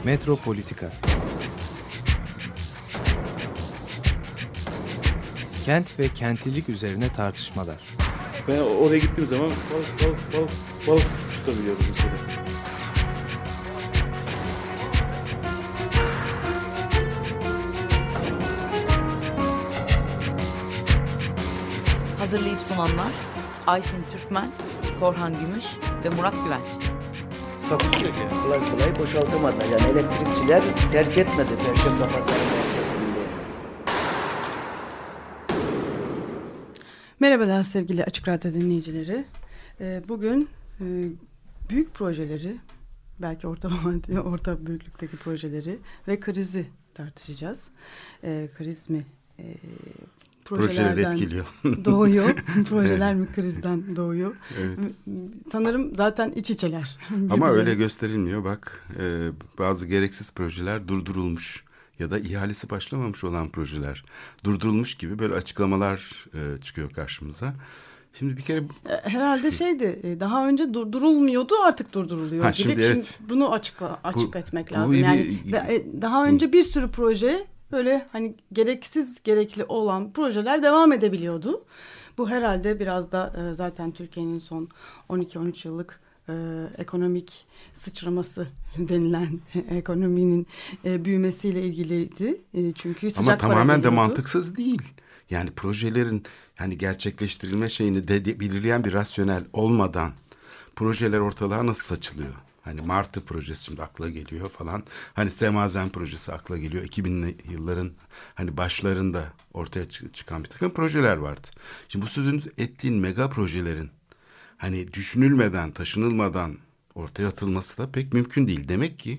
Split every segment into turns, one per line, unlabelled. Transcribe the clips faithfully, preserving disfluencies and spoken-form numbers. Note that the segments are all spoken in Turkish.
Metropolitika. Kent ve kentlilik üzerine tartışmalar.
Ben oraya gittiğim zaman balık balık balık balık tutabiliyorum mesela.
Hazırlayıp sunanlar Aysin Türkmen, Korhan Gümüş ve Murat Güvenç.
Takusuyor ki. Kolay kolay boşaltamadılar. Yani elektrikçiler terk etmedi Perşembe Pazarı merkezinde.
Merhabalar sevgili Açık Radyo dinleyicileri. Bugün büyük projeleri, belki orta orta büyüklükteki projeleri ve krizi tartışacağız. Kriz mi
projeler etkiliyor.
Doğuyor. Projeler mi krizden doğuyor? Evet. Sanırım zaten iç içeler.
Ama öyle gösterilmiyor. Bak e, bazı gereksiz projeler durdurulmuş ya da ihalesi başlamamış olan projeler durdurulmuş gibi böyle açıklamalar e, çıkıyor karşımıza. Şimdi bir kere
herhalde şeydi, daha önce durdurulmuyordu, artık durduruluyor
ha,
gibi.
Şimdi, evet.
Şimdi bunu açıkla, açık bu, etmek lazım.
Bir,
yani daha önce bir sürü proje böyle hani gereksiz gerekli olan projeler devam edebiliyordu. Bu herhalde biraz da e, zaten Türkiye'nin son on iki on üç yıllık e, ekonomik sıçraması denilen ekonominin e, büyümesiyle ilgiliydi. E, çünkü sıcak
ama
para
tamamen
geliyordu.
de mantıksız değil. Yani projelerin hani gerçekleştirilme şeyini de, de belirleyen bir rasyonel olmadan projeler ortalığa nasıl saçılıyor? Hani Martı projesi şimdi akla geliyor falan. Hani Semazen projesi akla geliyor. iki binli yılların hani başlarında ortaya çıkan bir takım projeler vardı. Şimdi bu sözünü ettiğin mega projelerin hani düşünülmeden, taşınılmadan ortaya atılması da pek mümkün değil. Demek ki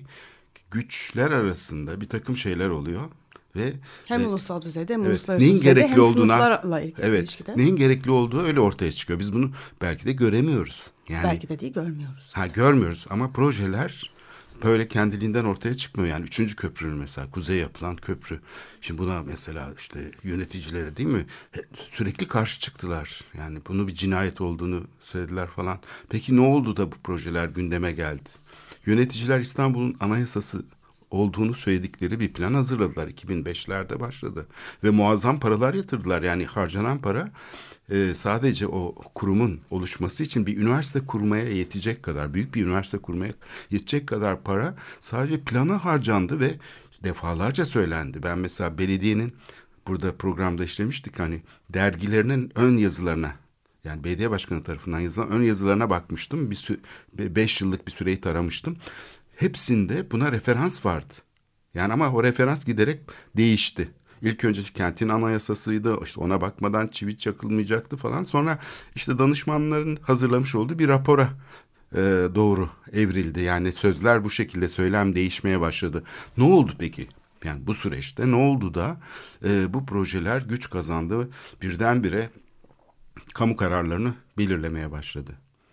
güçler arasında bir takım şeyler oluyor ve
hem
ve,
ulusal düzeyde hem
evet,
uluslararası
neyin
düzeyde
gerekli
hem
olduğuna,
sınıflarla ilgili
evet,
ilişkide.
Neyin gerekli olduğu öyle ortaya çıkıyor. Biz bunu belki de göremiyoruz. Yani,
belki de değil, görmüyoruz.
Ha, görmüyoruz ama projeler böyle kendiliğinden ortaya çıkmıyor. Yani üçüncü köprünün mesela kuzeye yapılan köprü. Şimdi buna mesela işte yöneticileri değil mi sürekli karşı çıktılar. Yani bunu bir cinayet olduğunu söylediler falan. Peki ne oldu da bu projeler gündeme geldi? Yöneticiler İstanbul'un anayasası olduğunu söyledikleri bir plan hazırladılar. iki bin beşlerde başladı ve muazzam paralar yatırdılar. Yani harcanan para e, sadece o kurumun oluşması için bir üniversite kurmaya yetecek kadar, büyük bir üniversite kurmaya yetecek kadar para sadece plana harcandı ve defalarca söylendi. Ben mesela belediyenin, burada programda işlemiştik, hani dergilerinin ön yazılarına, yani belediye başkanı tarafından yazılan ön yazılarına bakmıştım. Bir sü- beş yıllık bir süreyi taramıştım. Hepsinde buna referans vardı. Yani ama o referans giderek değişti. İlk önce kentin anayasasıydı. İşte ona bakmadan çivi çakılmayacaktı falan. Sonra işte danışmanların hazırlamış olduğu bir rapora e, doğru evrildi. Yani sözler bu şekilde, söylem değişmeye başladı. Ne oldu peki? Yani bu süreçte ne oldu da e, bu projeler güç kazandı, birdenbire kamu kararlarını belirlemeye başladı?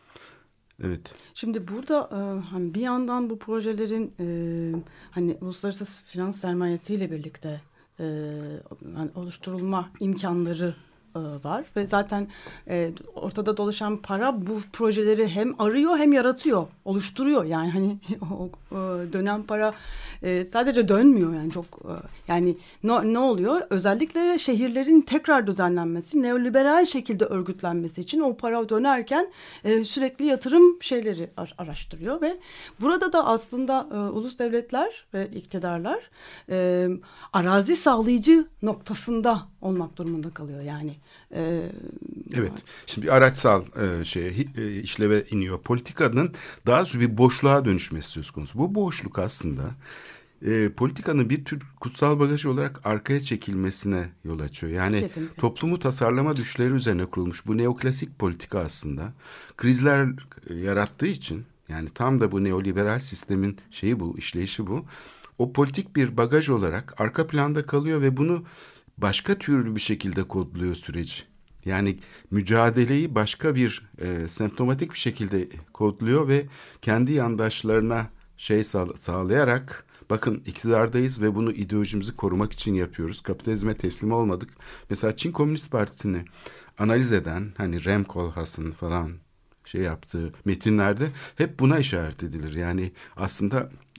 Evet.
Şimdi burada e, hani bir yandan bu projelerin e, hani uluslararası finans sermayesiyle birlikte e, hani oluşturulma imkanları e, var ve zaten e, ortada dolaşan para bu projeleri hem arıyor hem yaratıyor, oluşturuyor. Yani hani o e, dönen para e, sadece dönmüyor, yani çok e, yani ne, ne oluyor? Özellikle şehirlerin tekrar düzenlenmesi, neoliberal şekilde örgütlenmesi için o para dönerken e, sürekli yatırım şeyleri ar- araştırıyor ve burada da aslında e, ulus devletler ve iktidarlar e, arazi sağlayıcı noktasında olmak durumunda kalıyor yani. E,
Evet. Şimdi bir araçsal e, şeye e, işleve iniyor. Politikanın daha doğrusu bir boşluğa dönüşmesi söz konusu. Bu boşluk aslında e, politikanın bir tür kutsal bagajı olarak arkaya çekilmesine yol açıyor. Yani
kesinlikle.
Toplumu tasarlama düşleri üzerine kurulmuş bu neoklasik politika aslında krizler e, yarattığı için, yani tam da bu neoliberal sistemin şeyi bu, işleyişi bu. O politik bir bagaj olarak arka planda kalıyor ve bunu başka türlü bir şekilde kodluyor süreci. Yani mücadeleyi başka bir e, semptomatik bir şekilde kodluyor ve kendi yandaşlarına şey sağ, sağlayarak bakın iktidardayız ve bunu ideolojimizi korumak için yapıyoruz. Kapitalizme teslim olmadık. Mesela Çin Komünist Partisi'ni analiz eden hani Rem Koolhaas'ın falan şey yaptığı metinlerde hep buna işaret edilir. Yani aslında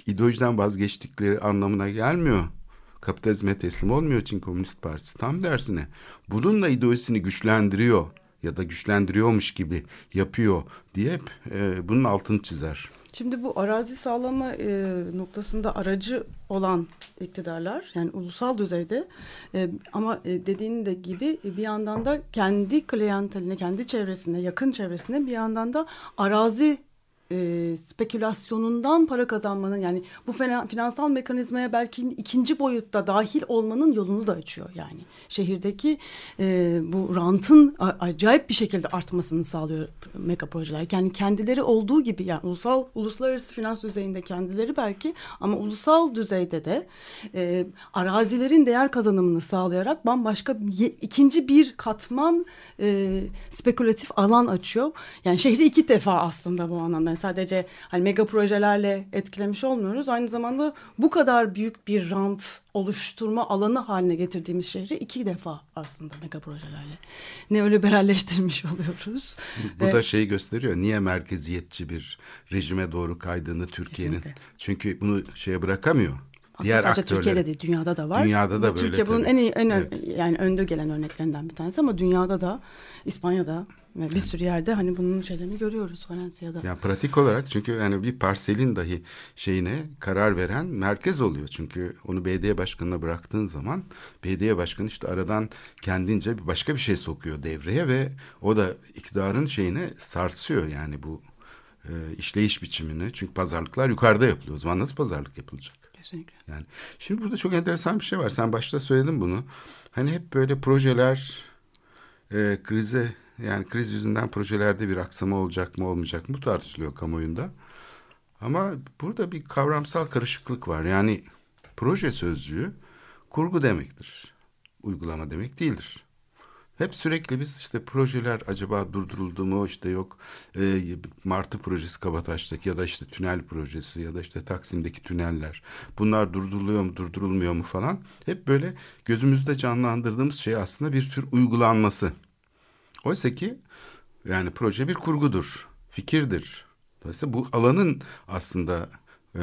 ideolojiden vazgeçtikleri anlamına gelmiyor. Kapitalizme teslim olmuyor Çin Komünist Partisi. Tam tersine bununla ideolojisini güçlendiriyor ya da güçlendiriyormuş gibi yapıyor diye hep e, bunun altını çizer.
Şimdi bu arazi sağlama e, noktasında aracı olan iktidarlar, yani ulusal düzeyde e, ama e, dediğin de gibi bir yandan da kendi klienteline, kendi çevresine, yakın çevresine bir yandan da arazi e, spekülasyonundan para kazanmanın, yani bu fena, finansal mekanizmaya belki ikinci boyutta dahil olmanın yolunu da açıyor. Yani şehirdeki e, bu rantın a, acayip bir şekilde artmasını sağlıyor mega projeler. Yani kendileri olduğu gibi, yani ulusal uluslararası finans düzeyinde kendileri belki, ama ulusal düzeyde de e, arazilerin değer kazanımını sağlayarak bambaşka ye, ikinci bir katman e, spekülatif alan açıyor. Yani şehri iki defa aslında bu anlamda. Yani sadece hani mega projelerle etkilemiş olmuyoruz. Aynı zamanda bu kadar büyük bir rant oluşturma alanı haline getirdiğimiz şehri iki defa aslında mega projelerle neoliberalleştirmiş oluyoruz.
Bu
Ve,
da şeyi gösteriyor. Niye merkeziyetçi bir rejime doğru kaydığını Türkiye'nin. Kesinlikle. Çünkü bunu şeye bırakamıyor.
Aslında
Diğer
sadece
aktörler.
Türkiye'de değil, dünyada da var.
Dünyada da böyle.
Türkiye bunun
tabii.
en iyi, en
evet.
yani önde gelen örneklerinden bir tanesi, ama dünyada da, İspanya'da ve bir sürü yerde hani bunun şeylerini görüyoruz, Valencia'da.
Yani pratik olarak, çünkü yani bir parselin dahi şeyine karar veren merkez oluyor. Çünkü onu belediye başkanına bıraktığın zaman belediye başkanı işte aradan kendince bir başka bir şey sokuyor devreye ve o da iktidarın şeyine sarsıyor yani bu e, işleyiş biçimini. Çünkü pazarlıklar yukarıda yapılıyor. O zaman nasıl pazarlık yapılacak?
Kesinlikle.
Yani şimdi burada çok enteresan bir şey var. Sen başta söyledin bunu. Hani hep böyle projeler e, krize, yani kriz yüzünden projelerde bir aksama olacak mı olmayacak mı bu tartışılıyor kamuoyunda. Ama burada bir kavramsal karışıklık var. Yani proje sözcüğü kurgu demektir. Uygulama demek değildir. Hep sürekli biz işte projeler acaba durduruldu mu, işte yok e, Martı projesi Kabataş'taki ya da işte tünel projesi ya da işte Taksim'deki tüneller, bunlar durduruluyor mu durdurulmuyor mu falan, hep böyle gözümüzde canlandırdığımız şey aslında bir tür uygulanması. Oysa ki yani proje bir kurgudur, fikirdir. Dolayısıyla bu alanın aslında e,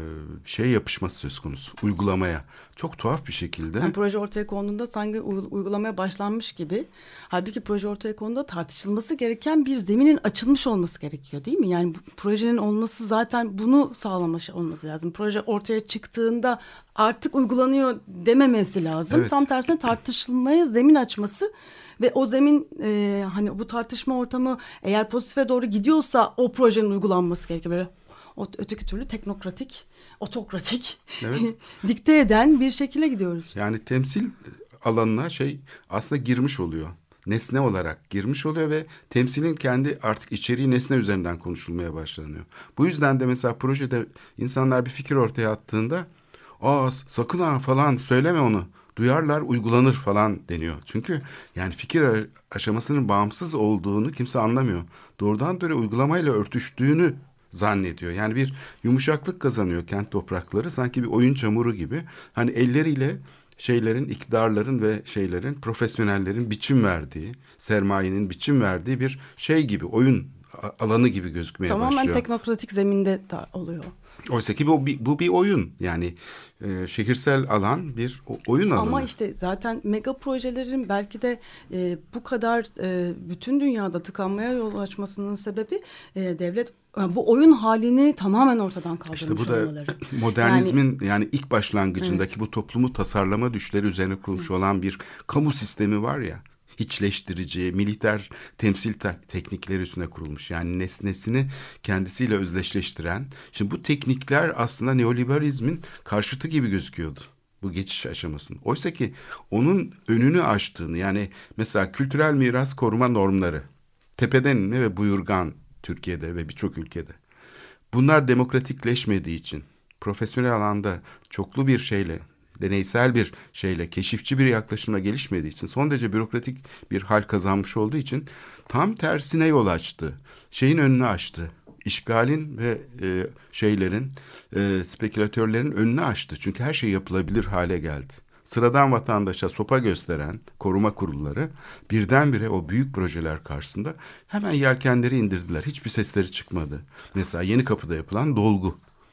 şey yapışması söz konusu, uygulamaya. Çok tuhaf bir şekilde.
Yani proje ortaya konduğunda sanki uygulamaya başlanmış gibi. Halbuki proje ortaya konduğunda tartışılması gereken bir zeminin açılmış olması gerekiyor, değil mi? Yani bu projenin olması zaten bunu sağlamış olması lazım. Proje ortaya çıktığında artık uygulanıyor dememesi lazım.
Evet.
Tam tersine tartışılmaya zemin açması ve o zemin e, hani bu tartışma ortamı eğer pozitife doğru gidiyorsa o projenin uygulanması gerekiyor. Böyle o, öteki türlü teknokratik, otokratik,
Evet.
dikte eden bir şekilde gidiyoruz.
Yani temsil alanına şey aslında girmiş oluyor. Nesne olarak girmiş oluyor ve temsilin kendi artık içeriği nesne üzerinden konuşulmaya başlanıyor. Bu yüzden de mesela projede insanlar bir fikir ortaya attığında aa sakın ha falan söyleme onu, duyarlar uygulanır falan deniyor. Çünkü yani fikir aşamasının bağımsız olduğunu kimse anlamıyor. Doğrudan doğruya uygulamayla örtüştüğünü zannediyor. Yani bir yumuşaklık kazanıyor kent toprakları, sanki bir oyun çamuru gibi. Hani elleriyle şeylerin, iktidarların ve şeylerin, profesyonellerin biçim verdiği, sermayenin biçim verdiği bir şey gibi, oyun alanı gibi gözükmeye
Tamamen
başlıyor.
Tamamen teknokratik zeminde da oluyor.
Oysa ki bu, bu bir oyun. Yani e, şehirsel alan bir oyun alanı.
Ama işte zaten mega projelerin belki de e, bu kadar e, bütün dünyada tıkanmaya yol açmasının sebebi e, devlet bu oyun halini tamamen ortadan kaldırmış
İşte bu da
olmaları.
modernizmin yani, yani ilk başlangıcındaki
evet.
bu toplumu tasarlama düşleri üzerine kurulmuş Hı. olan bir kamu sistemi var ya, hiçleştirici, militer temsil te- teknikleri üstüne kurulmuş. Yani nesnesini kendisiyle özdeşleştiren. Şimdi bu teknikler aslında neoliberalizmin karşıtı gibi gözüküyordu bu geçiş aşamasında. Oysa ki onun önünü açtığını, yani mesela kültürel miras koruma normları, tepeden inme ve buyurgan Türkiye'de ve birçok ülkede. Bunlar demokratikleşmediği için, profesyonel alanda çoklu bir şeyle, deneysel bir şeyle, keşifçi bir yaklaşımla gelişmediği için, son derece bürokratik bir hal kazanmış olduğu için tam tersine yol açtı. Şeyin önünü açtı. İşgalin ve e, şeylerin, e, spekülatörlerin önünü açtı. Çünkü her şey yapılabilir hale geldi. Sıradan vatandaşa sopa gösteren koruma kurulları birdenbire o büyük projeler karşısında hemen yelkenleri indirdiler. Hiçbir sesleri çıkmadı. Mesela Yenikapı'da yapılan dolgu.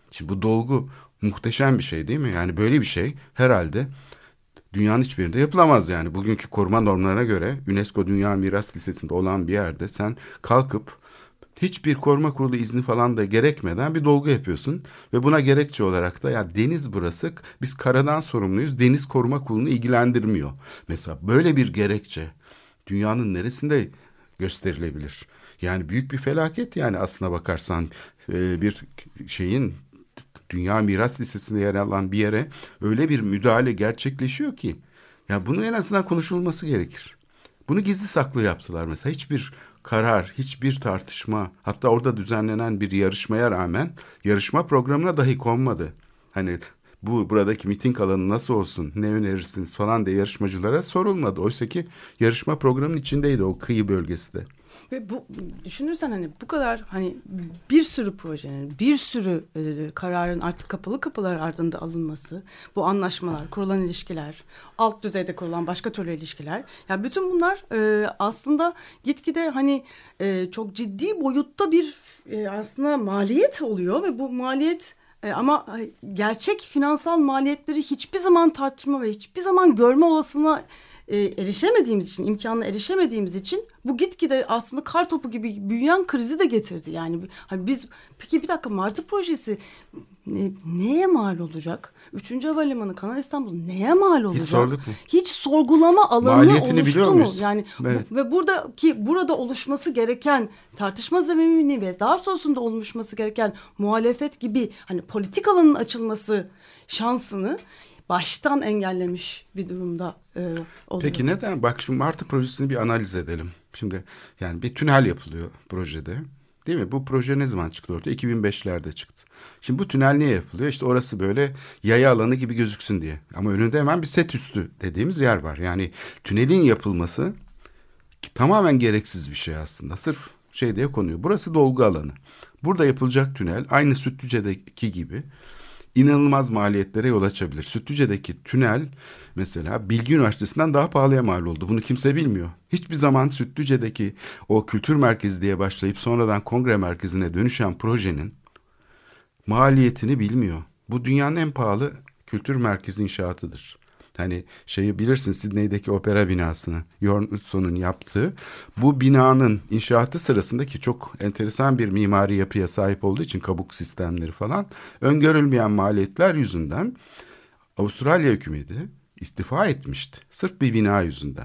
Şimdi bu dolgu muhteşem bir şey değil mi? Yani böyle bir şey herhalde dünyanın hiçbirinde yapılamaz yani. Bugünkü koruma normlarına göre UNESCO Dünya Miras Listesi'nde olan bir yerde sen kalkıp hiçbir koruma kurulu izni falan da gerekmeden bir dolgu yapıyorsun. Ve buna gerekçe olarak da ya deniz burası, biz karadan sorumluyuz, deniz koruma kurulunu ilgilendirmiyor. Mesela böyle bir gerekçe dünyanın neresinde gösterilebilir? Yani büyük bir felaket yani aslına bakarsan e, bir şeyin Dünya Miras Listesi'nde yer alan bir yere öyle bir müdahale gerçekleşiyor ki ya bunun en azından konuşulması gerekir. Bunu gizli saklı yaptılar mesela. Hiçbir karar, hiçbir tartışma, hatta orada düzenlenen bir yarışmaya rağmen yarışma programına dahi konmadı. Hani bu buradaki miting alanı nasıl olsun, ne önerirsiniz falan diye yarışmacılara sorulmadı. Oysa ki yarışma programının içindeydi o kıyı bölgesi de.
Ve bu düşünürsen hani bu kadar hani bir sürü projenin, bir sürü e, kararın artık kapalı kapılar ardında alınması, bu anlaşmalar, kurulan ilişkiler, alt düzeyde kurulan başka türlü ilişkiler, yani bütün bunlar e, aslında gitgide hani e, çok ciddi boyutta bir e, aslında maliyet oluyor ve bu maliyet e, ama gerçek finansal maliyetleri hiçbir zaman tartışma ve hiçbir zaman görme olasılığına E, erişemediğimiz için, imkanına erişemediğimiz için bu gitgide aslında kar topu gibi büyüyen krizi de getirdi. Yani hani biz peki bir dakika Martı projesi ne, neye mal olacak? Üçüncü Havalimanı, Kanal İstanbul neye mal olacak?
Hiç sorduk mu?
Hiç sorgulama alanı
Maliyetini
oluştu
biliyor
mu?
muyuz?
Yani
Evet.
bu, ve buradaki burada oluşması gereken tartışma zemini ve daha sonrasında oluşması gereken muhalefet gibi hani politik alanın açılması şansını baştan engellemiş bir durumda e, oluyor.
Peki neden? Bak şimdi Martı projesini bir analiz edelim. Şimdi yani bir tünel yapılıyor projede. Değil mi? Bu proje ne zaman çıktı ortaya? iki bin beşlerde çıktı. Şimdi bu tünel niye yapılıyor? İşte orası böyle yaya alanı gibi gözüksün diye. Ama önünde hemen bir set üstü dediğimiz yer var. Yani tünelin yapılması tamamen gereksiz bir şey aslında. Sırf şey diye konuyor. Burası dolgu alanı. Burada yapılacak tünel aynı Sütlüce'deki gibi İnanılmaz maliyetlere yol açabilir. Sütlüce'deki tünel mesela Bilgi Üniversitesi'nden daha pahalıya mal oldu. Bunu kimse bilmiyor. Hiçbir zaman Sütlüce'deki o kültür merkezi diye başlayıp sonradan kongre merkezine dönüşen projenin maliyetini bilmiyor. Bu dünyanın en pahalı kültür merkezi inşaatıdır. Hani şeyi bilirsin, Sidney'deki opera binasını Jorn Utzon'un yaptığı bu binanın inşaatı sırasındaki çok enteresan bir mimari yapıya sahip olduğu için kabuk sistemleri falan öngörülmeyen maliyetler yüzünden Avustralya hükümeti istifa etmişti. Sırf bir bina yüzünden.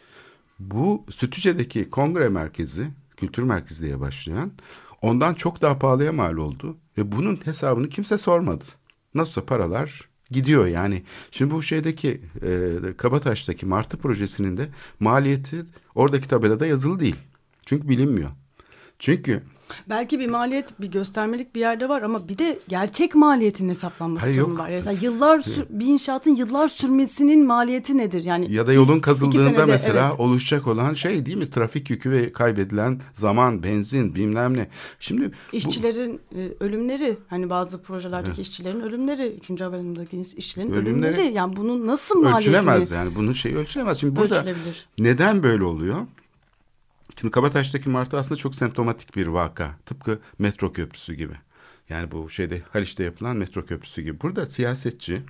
Bu Sütlüce'deki kongre merkezi, kültür merkezi diye başlayan ondan çok daha pahalıya mal oldu ve bunun hesabını kimse sormadı. Nasılsa paralar gidiyor yani. Şimdi bu şeydeki e, Kabataş'taki Martı projesinin de maliyeti oradaki tabelada yazılı değil. Çünkü bilinmiyor. Çünkü
belki bir maliyet, bir göstermelik bir yerde var ama bir de gerçek maliyetin hesaplanması
Hayır,
durumu
yok.
var. Yani yıllar sür, bir inşaatın yıllar sürmesinin maliyeti nedir? Yani
ya da yolun
iki
kazıldığında
senede,
mesela
evet.
oluşacak olan şey değil mi? Trafik yükü ve kaybedilen zaman, benzin, bilmem ne. Şimdi
İşçilerin bu, e, ölümleri, hani bazı projelerdeki evet. işçilerin ölümleri, üçüncü Havalimanı'ndaki işçilerin ölümleri, ölümleri yani bunun nasıl maliyetini
ölçülemez yani. Bunun şeyi ölçülemez. Şimdi burada neden böyle oluyor? Şimdi Kabataş'taki Martı aslında çok semptomatik bir vaka. Tıpkı metro köprüsü gibi. Yani bu şeyde Haliç'te yapılan metro köprüsü gibi. Burada siyasetçi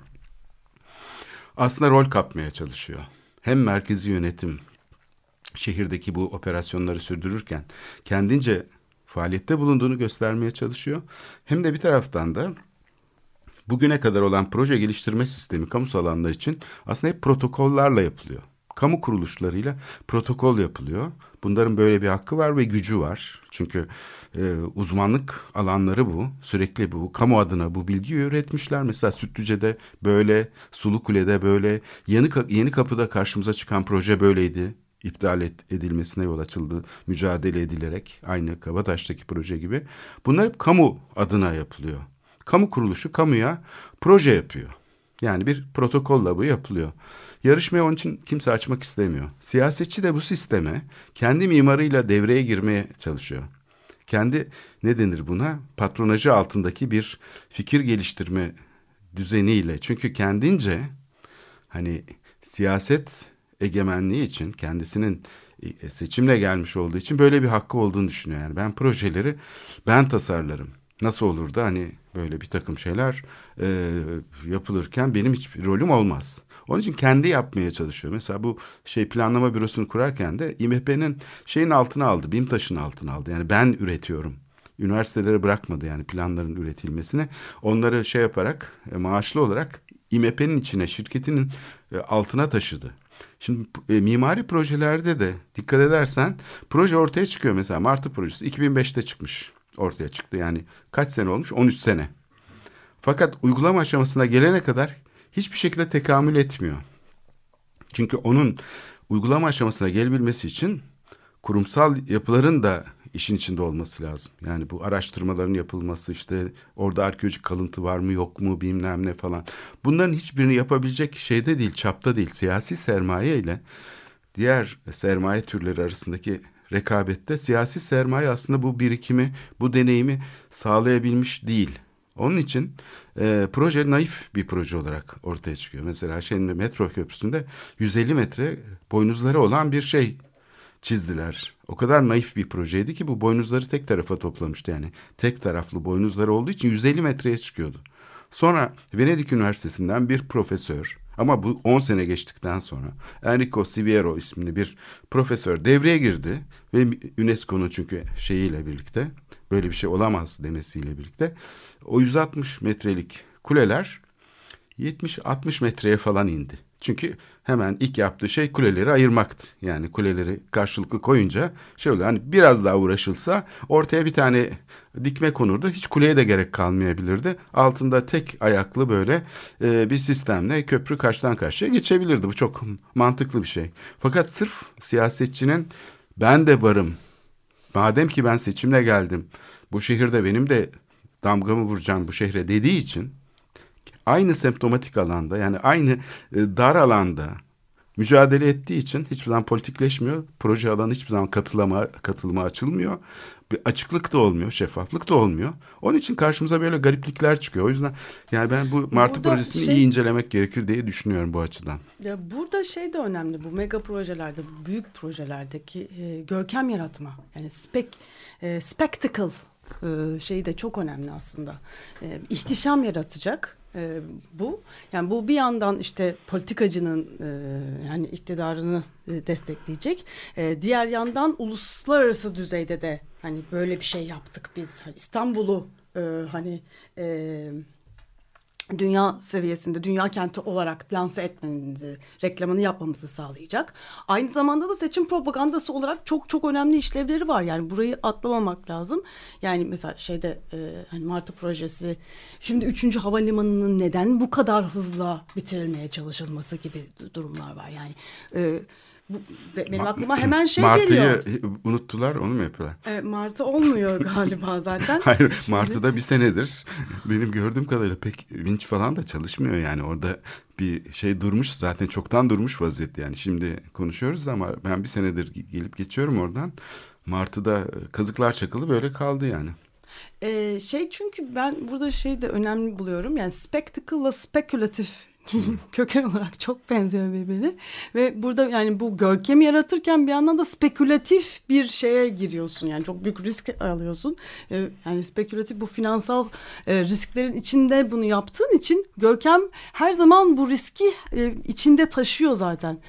aslında rol kapmaya çalışıyor. Hem merkezi yönetim şehirdeki bu operasyonları sürdürürken kendince faaliyette bulunduğunu göstermeye çalışıyor. Hem de bir taraftan da bugüne kadar olan proje geliştirme sistemi kamusal alanlar için aslında hep protokollarla yapılıyor. Kamu kuruluşlarıyla protokol yapılıyor. Bunların böyle bir hakkı var ve gücü var. Çünkü e, uzmanlık alanları bu. Sürekli bu. Kamu adına bu bilgiyi üretmişler. Mesela Sütlüce'de böyle, Sulukule'de böyle, Yeni, Yeni Kapı'da karşımıza çıkan proje böyleydi. İptal et, edilmesine yol açıldı. Mücadele edilerek. Aynı Kabataş'taki proje gibi. Bunlar hep kamu adına yapılıyor. Kamu kuruluşu kamuya proje yapıyor. Yani bir protokolla bu yapılıyor. Yarışmayı onun için kimse açmak istemiyor. Siyasetçi de bu sisteme kendi mimarıyla devreye girmeye çalışıyor. Kendi ne denir buna? Patronajı altındaki bir fikir geliştirme düzeniyle. Çünkü kendince hani siyaset egemenliği için kendisinin seçimle gelmiş olduğu için böyle bir hakkı olduğunu düşünüyor. Yani ben projeleri ben tasarlarım. Nasıl olur da hani böyle bir takım şeyler e, yapılırken benim hiçbir rolüm olmaz. Onun için kendi yapmaya çalışıyor. Mesela bu şey planlama bürosunu kurarken de İ M P'nin şeyin altına aldı, BİMTAŞ'ın altına aldı. Yani ben üretiyorum. Üniversitelere bırakmadı yani planların üretilmesini. Onları şey yaparak, e, maaşlı olarak İ M P'nin içine, şirketinin e, altına taşıdı. Şimdi e, mimari projelerde de dikkat edersen proje ortaya çıkıyor. Mesela Martı projesi iki bin beşte çıkmış, ortaya çıktı. Yani kaç sene olmuş? on üç sene. Fakat uygulama aşamasına gelene kadar hiçbir şekilde tekamül etmiyor. Çünkü onun uygulama aşamasına gelebilmesi için kurumsal yapıların da işin içinde olması lazım. Yani bu araştırmaların yapılması, işte orada arkeolojik kalıntı var mı yok mu bilmem ne falan. Bunların hiçbirini yapabilecek şeyde değil, çapta değil. Siyasi sermaye ile diğer sermaye türleri arasındaki rekabette siyasi sermaye aslında bu birikimi, bu deneyimi sağlayabilmiş değil. Onun için e, proje naif bir proje olarak ortaya çıkıyor. Mesela şeyin metro köprüsünde yüz elli metre boynuzları olan bir şey çizdiler. O kadar naif bir projeydi ki bu boynuzları tek tarafa toplamıştı. Yani tek taraflı boynuzları olduğu için yüz elli metreye çıkıyordu. Sonra Venedik Üniversitesi'nden bir profesör, ama bu on sene geçtikten sonra Enrico Siviero isimli bir profesör devreye girdi ve UNESCO'nun çünkü şeyiyle birlikte, böyle bir şey olamaz demesiyle birlikte o yüz altmış metrelik kuleler yetmiş altmış metreye falan indi. Çünkü hemen ilk yaptığı şey kuleleri ayırmaktı. Yani kuleleri karşılıklı koyunca şey oluyor. Hani biraz daha uğraşılsa ortaya bir tane dikme konurdu. Hiç kuleye de gerek kalmayabilirdi. Altında tek ayaklı böyle e, bir sistemle köprü karşıdan karşıya geçebilirdi. Bu çok mantıklı bir şey. Fakat sırf siyasetçinin ben de varım, madem ki ben seçimle geldim, bu şehirde benim de damgamı vuracağım bu şehre dediği için aynı semptomatik alanda, yani aynı e, dar alanda mücadele ettiği için hiçbir zaman politikleşmiyor. Proje alanı hiçbir zaman katılama, katılıma açılmıyor. Bir açıklık da olmuyor, şeffaflık da olmuyor. Onun için karşımıza böyle gariplikler çıkıyor. O yüzden yani ben bu Martı
Burada
projesini
şey,
iyi incelemek gerekir diye düşünüyorum bu açıdan.
Ya burada şey de önemli, bu mega projelerde, büyük projelerdeki e, görkem yaratma. Yani spek, e, spectacle e, şeyi de çok önemli aslında. E, ihtişam yaratacak. Ee, bu yani bu bir yandan işte politikacının e, yani iktidarını e, destekleyecek. E, diğer yandan uluslararası düzeyde de hani böyle bir şey yaptık biz. Hani İstanbul'u e, hani e, dünya seviyesinde, dünya kenti olarak lanse etmemizi, reklamını yapmamızı sağlayacak. Aynı zamanda da seçim propagandası olarak çok çok önemli işlevleri var. Yani burayı atlamamak lazım. Yani mesela şeyde e, hani Martı projesi, şimdi üçüncü havalimanının neden bu kadar hızla bitirilmeye çalışılması gibi durumlar var. Yani e, bu, benim Ma- aklıma hemen şey
Martı'yı
geliyor.
Martı'yı unuttular, onu mu yapıyorlar?
E, Martı olmuyor galiba zaten.
Hayır, Martı'da bir senedir benim gördüğüm kadarıyla pek vinç falan da çalışmıyor yani. Orada bir şey durmuş, zaten çoktan durmuş vaziyette yani. Şimdi konuşuyoruz ama ben bir senedir gelip geçiyorum oradan. Martı'da kazıklar çakılı böyle kaldı yani.
Ee, şey çünkü ben burada şey de önemli buluyorum. Yani spectacle'la spekülatif köken olarak çok benziyor birbirine. Ve burada yani bu görkemi yaratırken bir yandan da spekülatif bir şeye giriyorsun. Yani çok büyük risk alıyorsun. Ee, yani spekülatif, bu finansal e, risklerin içinde bunu yaptığın için görkem her zaman bu riski e, içinde taşıyor zaten.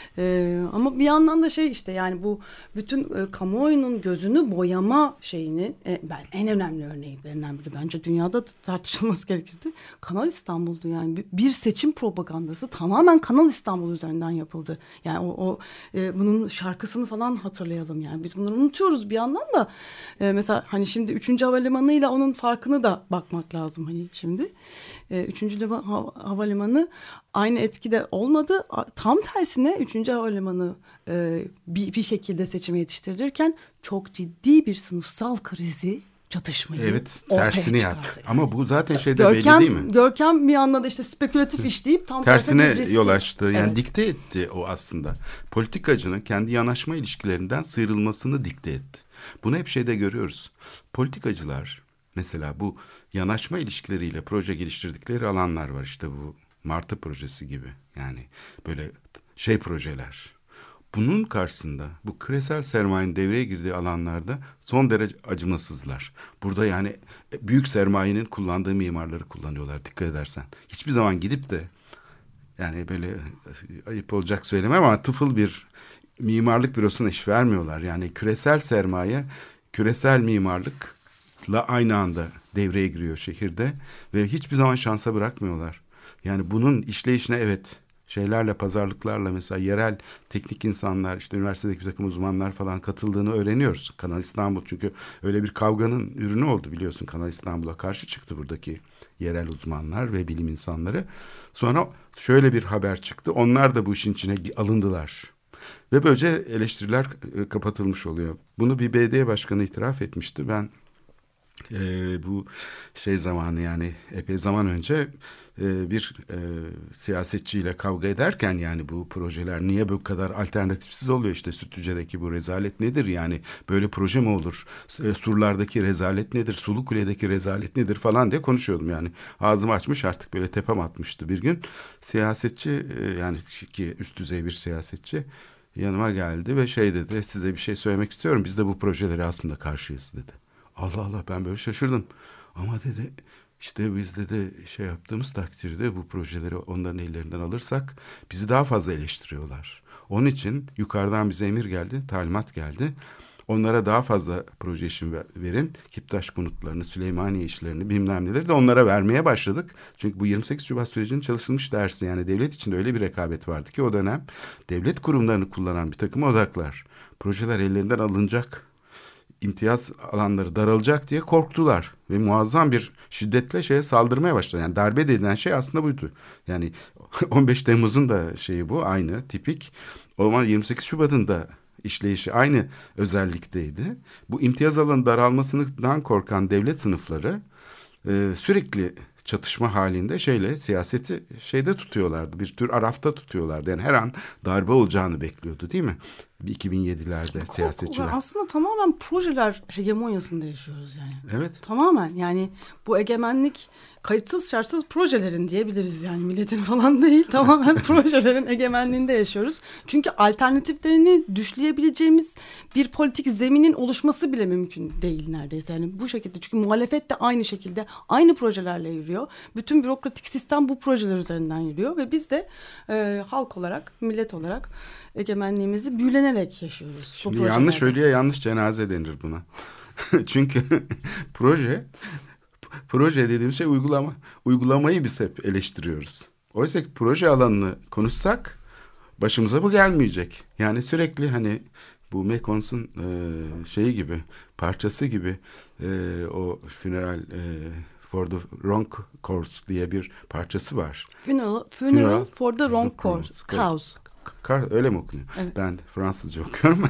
Ee, ama bir yandan da şey işte yani bu bütün e, kamuoyunun gözünü boyama şeyini e, ben en önemli örneklerinden biri bence dünyada tartışılması gerekirdi. Kanal İstanbul'du yani bir, bir seçim propagandası tamamen Kanal İstanbul üzerinden yapıldı. Yani o, o e, bunun şarkısını falan hatırlayalım yani biz bunları unutuyoruz bir yandan da e, mesela hani şimdi üçüncü havalimanıyla onun farkını da bakmak lazım hani şimdi. E, üçüncü havalimanı aynı etkide olmadı. Tam tersine üçüncü havalimanı e, bir, bir şekilde seçime yetiştirilirken çok ciddi bir sınıfsal krizi, çatışmayı
evet,
ortaya
tersini
çıkardı.
yaptı. Ama bu zaten şeyde
Görkem,
belli değil mi?
Görkem bir anda da işte spekülatif işleyip tam
tersine
riski
yol açtı. Yani
evet.
dikte etti o aslında. Politikacının kendi yanaşma ilişkilerinden sıyrılmasını dikte etti. Bunu hep şeyde görüyoruz. Politikacılar mesela bu yanaşma ilişkileriyle proje geliştirdikleri alanlar var. İşte bu Martı projesi gibi yani böyle şey projeler. Bunun karşısında bu küresel sermayenin devreye girdiği alanlarda son derece acımasızlar. Burada yani büyük sermayenin kullandığı mimarları kullanıyorlar, dikkat edersen. Hiçbir zaman gidip de, yani böyle ayıp olacak söylemem ama tıfıl bir mimarlık bürosuna iş vermiyorlar. Yani küresel sermaye, küresel mimarlıkla aynı anda devreye giriyor şehirde ve hiçbir zaman şansa bırakmıyorlar. Yani bunun işleyişine evet şeylerle, pazarlıklarla, mesela yerel teknik insanlar, işte üniversitedeki bir takım uzmanlar falan katıldığını öğreniyoruz. Kanal İstanbul, çünkü öyle bir kavganın ürünü oldu biliyorsun. Kanal İstanbul'a karşı çıktı buradaki yerel uzmanlar ve bilim insanları. Sonra şöyle bir haber çıktı. Onlar da bu işin içine alındılar. Ve böylece eleştiriler kapatılmış oluyor. Bunu bir belediye başkanı itiraf etmişti. Ben e, bu şey zamanı, yani epey zaman önce e, bir e, siyasetçiyle kavga ederken, yani bu projeler niye bu kadar alternatifsiz oluyor, işte Sütlüce'deki bu rezalet nedir, yani böyle proje mi olur, e, Surlardaki rezalet nedir, Sulukule'deki rezalet nedir falan diye konuşuyordum. Yani ağzımı açmış artık, böyle tepem atmıştı. Bir gün siyasetçi, e, yani ki üst düzey bir siyasetçi yanıma geldi ve şey dedi, size bir şey söylemek istiyorum, biz de bu projelere aslında karşıyız dedi. Allah Allah, ben böyle şaşırdım. Ama dedi, işte biz dedi şey yaptığımız takdirde bu projeleri onların ellerinden alırsak bizi daha fazla eleştiriyorlar. Onun için yukarıdan bize emir geldi, talimat geldi. Onlara daha fazla proje işin verin. Kiptaş konutlarını, Süleymaniye işlerini, bilmem neleri de onlara vermeye başladık. Çünkü bu yirmi sekiz Şubat sürecinin çalışılmış dersi, yani devlet içinde öyle bir rekabet vardı ki o dönem devlet kurumlarını kullanan bir takım odaklar, projeler ellerinden alınacak, imtiyaz alanları daralacak diye korktular ve muazzam bir şiddetle şeye saldırmaya başladı. Yani darbe denilen şey aslında buydu. Yani on beş Temmuz'un da şeyi bu, aynı tipik. O zaman yirmi sekiz Şubat'ın da işleyişi aynı özellikteydi. Bu imtiyaz alanı daralmasından korkan devlet sınıfları e, sürekli çatışma halinde şeyle siyaseti şeyde tutuyorlardı. Bir tür arafta tutuyorlardı. Yani her an darbe olacağını bekliyordu, değil mi? iki bin yedilerde siyasetçiler.
Aslında tamamen projeler hegemonyasında yaşıyoruz yani.
Evet.
Tamamen, yani bu egemenlik kayıtsız şartsız projelerin diyebiliriz, yani milletin falan değil. Tamamen projelerin egemenliğinde yaşıyoruz. Çünkü alternatiflerini düşleyebileceğimiz bir politik zeminin oluşması bile mümkün değil neredeyse. Yani bu şekilde, çünkü muhalefet de aynı şekilde aynı projelerle yürüyor. Bütün bürokratik sistem bu projeler üzerinden yürüyor ve biz de e, halk olarak, millet olarak egemenliğimizi büyülenerek yaşıyoruz.
Şimdi yanlış söylüyor, yanlış cenaze denir buna. Çünkü proje proje dediğimiz şey uygulama. Uygulamayı biz hep eleştiriyoruz. Oysa ki proje alanını konuşsak başımıza bu gelmeyecek. Yani sürekli hani bu Mekons'un e, şeyi gibi, parçası gibi e, o funeral e, for the wrong cause diye bir parçası var.
Funeral, funeral, funeral for the wrong cause. Cause.
Kar, öyle mi okunuyor? Evet. Ben Fransızca okuyorum.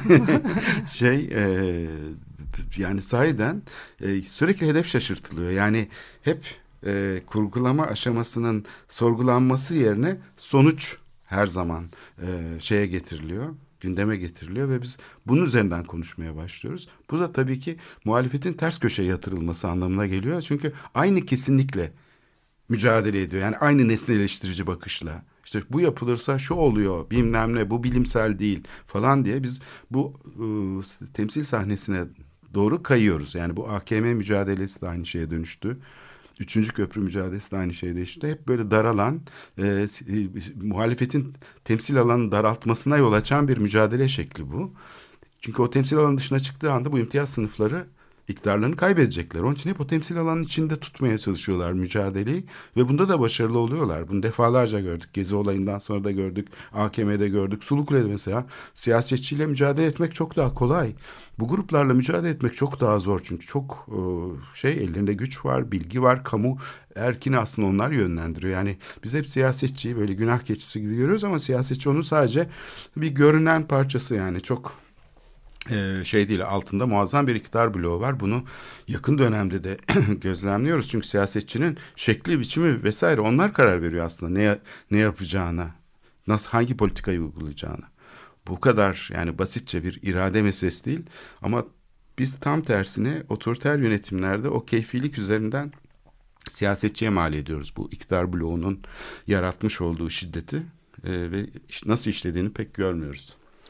şey e, yani sahiden e, sürekli hedef şaşırtılıyor. Yani hep e, kurgulama aşamasının sorgulanması yerine sonuç her zaman e, şeye getiriliyor, gündeme getiriliyor ve biz bunun üzerinden konuşmaya başlıyoruz. Bu da tabii ki muhalefetin ters köşeye yatırılması anlamına geliyor. Çünkü aynı kesinlikle mücadele ediyor. Yani aynı nesneleştirici bakışla. İşte bu yapılırsa şu oluyor, bilmem ne, bu bilimsel değil falan diye biz bu ıı, temsil sahnesine doğru kayıyoruz. Yani bu A K M mücadelesi de aynı şeye dönüştü. Üçüncü köprü mücadelesi de aynı şeye dönüştü. Hep böyle daralan, e, e, muhalefetin temsil alanını daraltmasına yol açan bir mücadele şekli bu. Çünkü o temsil alanı dışına çıktığı anda bu imtiyaz sınıfları iktidarlarını kaybedecekler. Onun için hep o temsil alanının içinde tutmaya çalışıyorlar mücadeleyi ve bunda da başarılı oluyorlar. Bunu defalarca gördük. Gezi olayından sonra da gördük. A K M'de gördük. Sulukule'de mesela siyasetçiyle mücadele etmek çok daha kolay. Bu gruplarla mücadele etmek çok daha zor. Çünkü çok şey, ellerinde güç var, bilgi var, kamu erkini aslında onlar yönlendiriyor. Yani biz hep siyasetçiyi böyle günah keçisi gibi görüyoruz ama siyasetçi onun sadece bir görünen parçası, yani çok Ee, şey değil, altında muazzam bir iktidar bloğu var. Bunu yakın dönemde de gözlemliyoruz. Çünkü siyasetçinin şekli, biçimi vesaire onlar karar veriyor aslında ne ne yapacağına, nasıl, hangi politikayı uygulayacağına. Bu kadar yani basitçe bir irade meselesi değil. Ama biz tam tersine otoriter yönetimlerde o keyfilik üzerinden siyasetçiye mal ediyoruz. Bu iktidar bloğunun yaratmış olduğu şiddeti e, ve nasıl işlediğini pek görmüyoruz.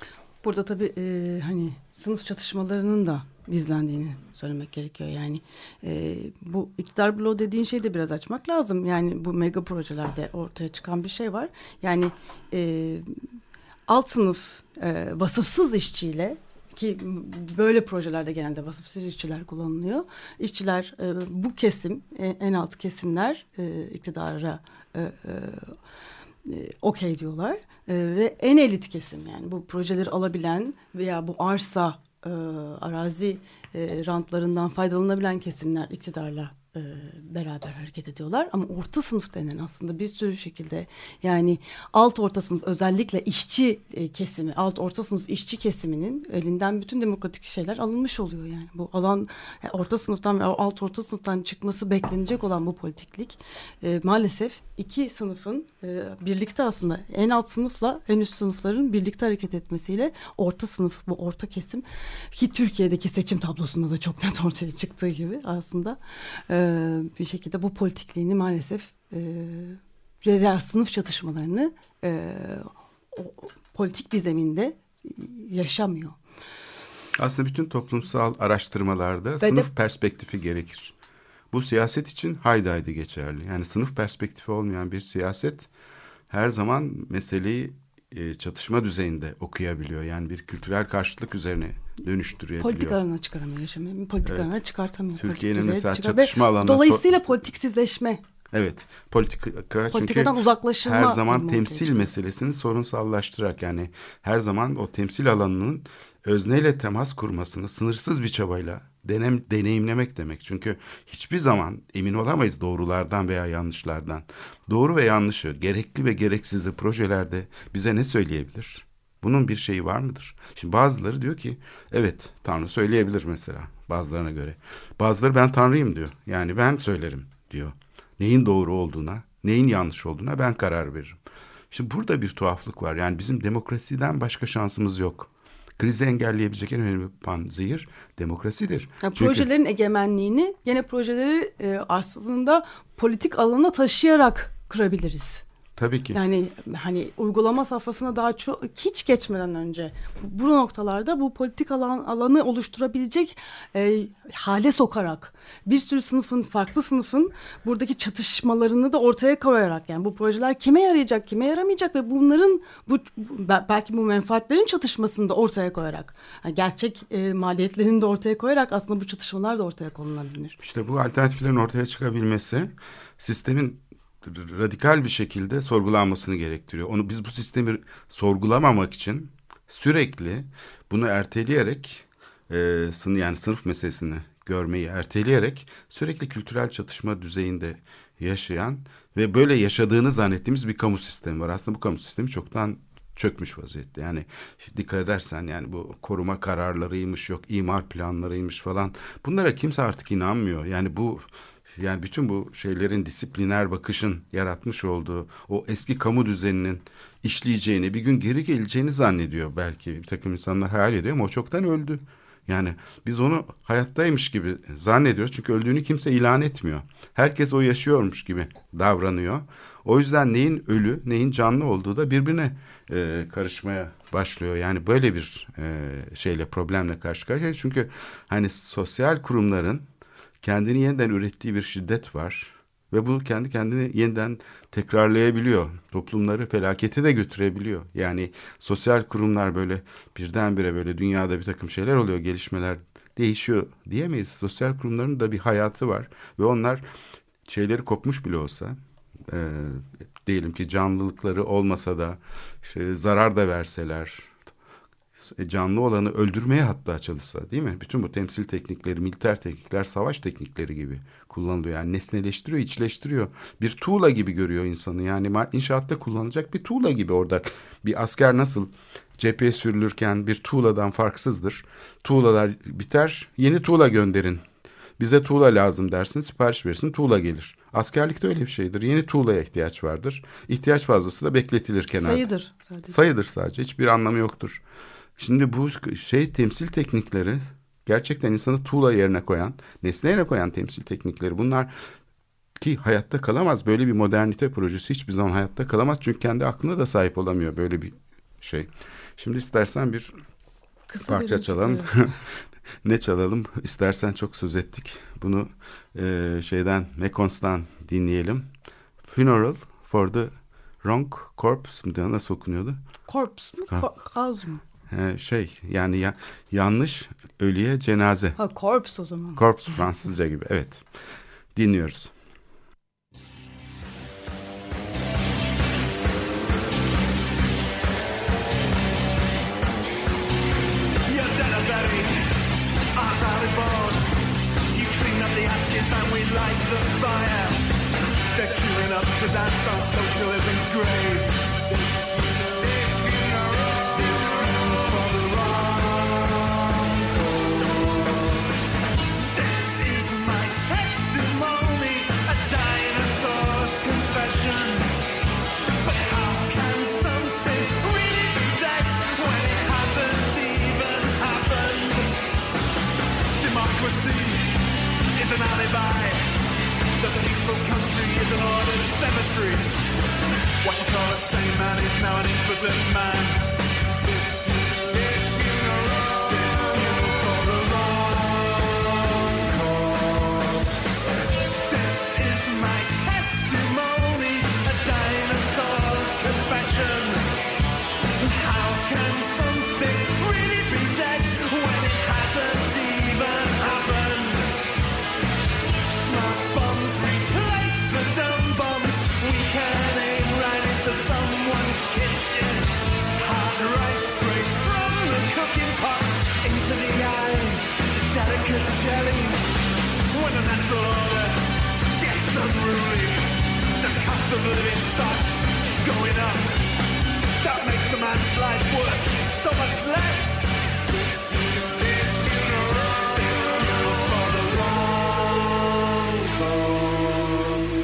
Burada tabii e, hani sınıf çatışmalarının da izlendiğini söylemek gerekiyor. Yani e, bu iktidar bloğu dediğin şeyi de biraz açmak lazım. Yani bu mega projelerde ortaya çıkan bir şey var. Yani e, alt sınıf e, vasıfsız işçiyle, ki böyle projelerde genelde vasıfsız işçiler kullanılıyor. İşçiler e, bu kesim, e, en alt kesimler e, iktidara e, e, e, okey diyorlar. E, ve en elit kesim, yani bu projeleri alabilen veya bu arsa, e, arazi e, rantlarından faydalanabilen kesimler iktidarla e, beraber hareket ediyorlar. Ama orta sınıf denen aslında bir sürü şekilde, yani alt orta sınıf, özellikle işçi e, kesimi, alt orta sınıf işçi kesiminin elinden bütün demokratik şeyler alınmış oluyor. Yani bu alan, yani orta sınıftan ve alt orta sınıftan çıkması beklenecek olan bu politiklik e, maalesef iki sınıfın e, birlikte, aslında en alt sınıfla en üst sınıfların birlikte hareket etmesiyle orta sınıf, bu orta kesim, ki Türkiye'deki seçim tablosunda da çok net ortaya çıktığı gibi aslında e, bir şekilde bu politikliğini maalesef e, sınıf çatışmalarını e, o, politik bir zeminde yaşamıyor.
Aslında bütün toplumsal araştırmalarda
Ve
sınıf
de,
perspektifi gerekir. Bu siyaset için haydi haydi geçerli. Yani sınıf perspektifi olmayan bir siyaset her zaman meseleyi e, çatışma düzeyinde okuyabiliyor. Yani bir kültürel karşıtlık üzerine dönüştürebiliyor.
Politik alanına çıkaramıyor, yaşamıyor. Politik evet. alanına çıkartamıyor.
Türkiye'nin mesela
çıkar-
çatışma alanına...
Dolayısıyla so- politiksizleşme.
Evet, politika
politikadan
çünkü
uzaklaşılma
her zaman temsil meselesini sorunsallaştırarak, yani her zaman o temsil alanının özneyle temas kurmasını sınırsız bir çabayla denem, deneyimlemek demek. Çünkü hiçbir zaman emin olamayız doğrulardan veya yanlışlardan. Doğru ve yanlışı, gerekli ve gereksizi projelerde bize ne söyleyebilir? Bunun bir şeyi var mıdır? Şimdi bazıları diyor ki evet, Tanrı söyleyebilir mesela bazılarına göre. Bazıları ben Tanrıyım diyor. Yani ben söylerim diyor. Neyin doğru olduğuna, neyin yanlış olduğuna ben karar veririm. Şimdi burada bir tuhaflık var. Yani bizim demokrasiden başka şansımız yok. Krizi engelleyebilecek en önemli panzehir demokrasidir.
Yani
Çünkü
projelerin egemenliğini gene projeleri e, aslında politik alana taşıyarak kırabiliriz.
Tabii ki.
Yani hani uygulama safhasına daha çok hiç geçmeden önce bu, bu noktalarda bu politik alan alanı oluşturabilecek e, hale sokarak bir sürü sınıfın, farklı sınıfın buradaki çatışmalarını da ortaya koyarak, yani bu projeler kime yarayacak, kime yaramayacak ve bunların bu, bu belki bu menfaatlerin çatışmasını da ortaya koyarak, yani gerçek e, maliyetlerini de ortaya koyarak aslında bu çatışmalar da ortaya konulabilir.
İşte bu alternatiflerin ortaya çıkabilmesi sistemin radikal bir şekilde sorgulanmasını gerektiriyor. Onu biz bu sistemi sorgulamamak için sürekli bunu erteleyerek e, sın, yani sınıf meselesini görmeyi erteleyerek sürekli kültürel çatışma düzeyinde yaşayan ve böyle yaşadığını zannettiğimiz bir kamu sistemi var. Aslında bu kamu sistemi çoktan çökmüş vaziyette. Yani dikkat edersen, yani bu koruma kararlarıymış, yok imar planlarıymış falan, bunlara kimse artık inanmıyor. Yani bu Yani bütün bu şeylerin, disipliner bakışın yaratmış olduğu o eski kamu düzeninin işleyeceğini, bir gün geri geleceğini zannediyor belki. Bir takım insanlar hayal ediyor ama o çoktan öldü. Yani biz onu hayattaymış gibi zannediyoruz. Çünkü öldüğünü kimse ilan etmiyor. Herkes o yaşıyormuş gibi davranıyor. O yüzden neyin ölü, neyin canlı olduğu da birbirine e, karışmaya başlıyor. Yani böyle bir e, şeyle, problemle karşı karşıyayız. Çünkü hani sosyal kurumların kendini yeniden ürettiği bir şiddet var ve bu kendi kendini yeniden tekrarlayabiliyor. Toplumları felakete de götürebiliyor. Yani sosyal kurumlar böyle birdenbire böyle dünyada bir takım şeyler oluyor, gelişmeler değişiyor diyemeyiz. Sosyal kurumların da bir hayatı var ve onlar şeyleri kopmuş bile olsa, e, diyelim ki canlılıkları olmasa da işte zarar da verseler, canlı olanı öldürmeye hatta çalışsa, değil mi? Bütün bu temsil teknikleri, militer teknikler, savaş teknikleri gibi kullanılıyor. Yani nesneleştiriyor, içleştiriyor. Bir tuğla gibi görüyor insanı. Yani inşaatta kullanılacak bir tuğla gibi orada. Bir asker nasıl cepheye sürülürken bir tuğladan farksızdır. Tuğlalar biter, yeni tuğla gönderin. Bize tuğla lazım dersin, sipariş verirsin, tuğla gelir. Askerlikte öyle bir şeydir. Yeni tuğlaya ihtiyaç vardır. İhtiyaç fazlası da bekletilir kenarda.
Sayıdır sadece.
Sayıdır sadece. Hiçbir anlamı yoktur. Şimdi bu şey temsil teknikleri, gerçekten insanı tuğla yerine koyan, nesne yerine koyan temsil teknikleri, bunlar ki hayatta kalamaz. Böyle bir modernite projesi hiçbir zaman hayatta kalamaz. Çünkü kendi aklına da sahip olamıyor böyle bir şey. Şimdi istersen bir
Kısa
parça
bir
çalalım.
evet.
Ne çalalım? İstersen çok söz ettik. Bunu e, şeyden Mekons'tan dinleyelim. Funeral for the Wrong Corpse mi? Nasıl okunuyordu?
Corpse mu? Ko- Kaz mı?
E, şey yani ya, yanlış ölüye cenaze.
Ha corpse o zaman.
Corpse Fransızca gibi. Evet. Dinliyoruz.
And we light the fire. They're queuing up to dance on socialism's grave. This funeral, this funeral, this funeral's for the wrong cause. This is my testimony, a dinosaur's confession. But how can something really be dead when it hasn't even happened? Democracy is an alibi. The peaceful country is an ordered cemetery. What you call a sane man is now an impotent man. This funeral, this funeral, this funeral's for the wrong corpse. This is my testimony, a dinosaur's confession. How can something really be dead when it hasn't even happened? Bombs replace the dumb bombs. We can aim right into someone's kitchen. Hard rice sprays from the cooking pot into the eyes. Delicate jelly. When the natural order gets unruly, the cost of living starts going up. That makes a man's life worth so much less. This funeral, this funeral, this funeral's for the wrong cause.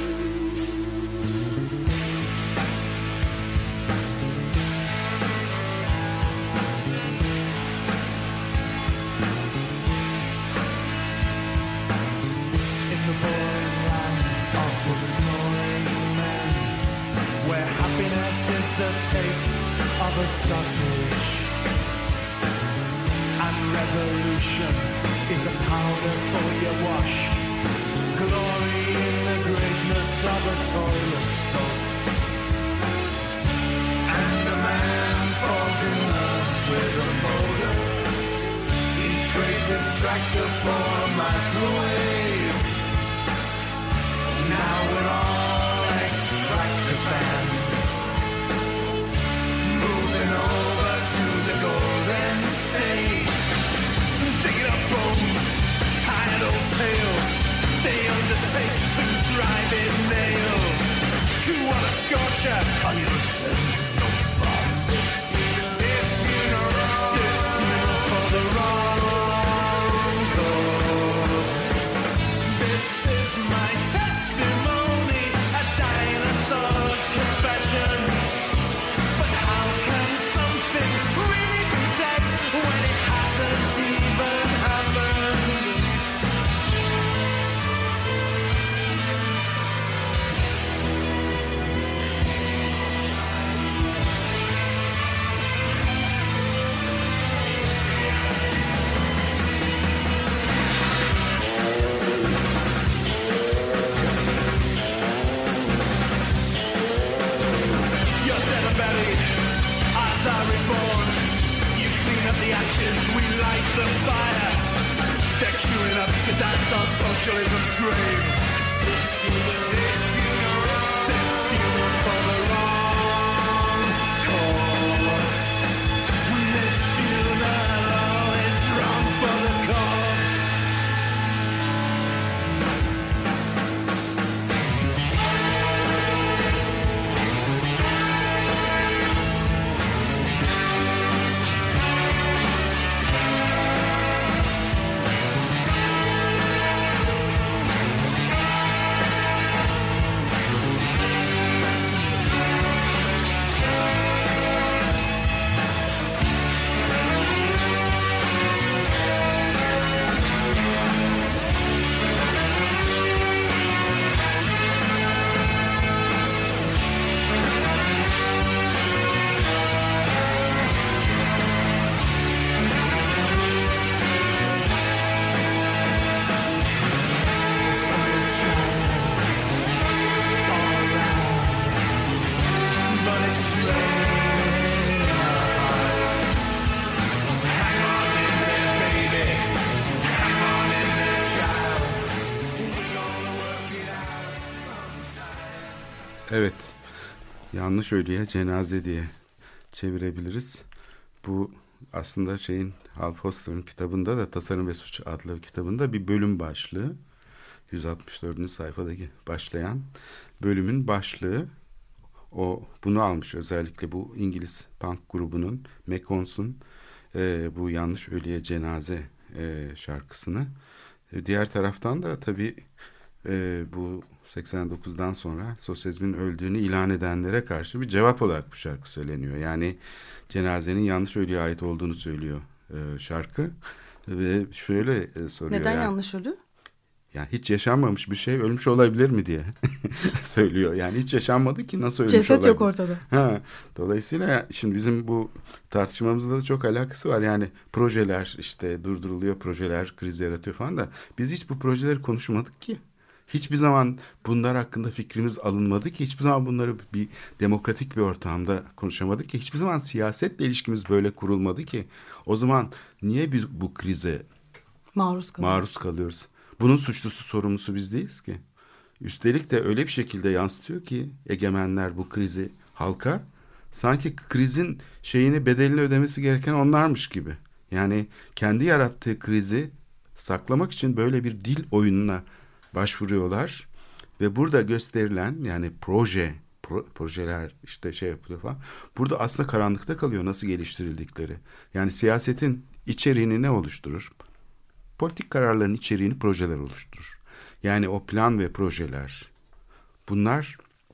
In the boring land of the snoring men, where happiness is the taste of a sausage, and revolution is a powder for your wash. Glory in the greatness of a toilet soap. And a man falls in love with a motor. He trades his tractor for a microwave. Now we're all extractor fans, moving over to the Golden State. Digging up bones, tired old tales. They undertake to drive in nails. To what a scorcher, are you ashamed? No problem. This funeral, this funeral, this funeral's for the wrong cause. This is my testimony, a dinosaur's confession. But how can something really be dead when it hasn't even happened? You're dead and buried, eyes are reborn. You clean up the ashes, we light the fire. They're queuing up to dance on socialism's grave. This funeral, this funeral, this funeral's for the wrong cause. This funeral is wrong for the cause.
Evet, yanlış ölüye cenaze diye çevirebiliriz. Bu aslında şeyin Hal Foster'ın kitabında da Tasarım ve Suç adlı kitabında bir bölüm başlığı. yüz altmış dördüncü sayfadaki başlayan bölümün başlığı. O bunu almış özellikle bu İngiliz punk grubunun Mekons'un e, bu Yanlış Ölüye Cenaze e, şarkısını. E, diğer taraftan da tabii e, bu seksen dokuzdan sonra sosyalizmin öldüğünü ilan edenlere karşı bir cevap olarak bu şarkı söyleniyor. Yani cenazenin yanlış ölüye ait olduğunu söylüyor e, şarkı ve şöyle e, soruyor.
Neden
yani,
yanlış ölü?
Yani hiç yaşanmamış bir şey ölmüş olabilir mi diye söylüyor. Yani hiç yaşanmadı ki nasıl ölmüş
Ceset
olabilir?
yok ortada.
Ha, dolayısıyla şimdi bizim bu tartışmamızda da çok alakası var. Yani projeler işte durduruluyor, projeler kriz yaratıyor falan da biz hiç bu projeleri konuşmadık ki. Hiçbir zaman bunlar hakkında fikrimiz alınmadı ki. Hiçbir zaman bunları bir demokratik bir ortamda konuşamadık ki. Hiçbir zaman siyasetle ilişkimiz böyle kurulmadı ki. O zaman niye biz bu krize
Maruz kalıyor.
maruz kalıyoruz? Bunun suçlusu, sorumlusu biz değiliz ki. Üstelik de öyle bir şekilde yansıtıyor ki egemenler bu krizi halka, sanki krizin şeyini, bedelini ödemesi gereken onlarmış gibi. Yani kendi yarattığı krizi saklamak için böyle bir dil oyununa başvuruyorlar ve burada gösterilen yani proje pro, projeler işte şey yapılıyor falan. Burada aslında karanlıkta kalıyor nasıl geliştirildikleri. Yani siyasetin içeriğini ne oluşturur? Politik kararların içeriğini projeler oluşturur. Yani o plan ve projeler, bunlar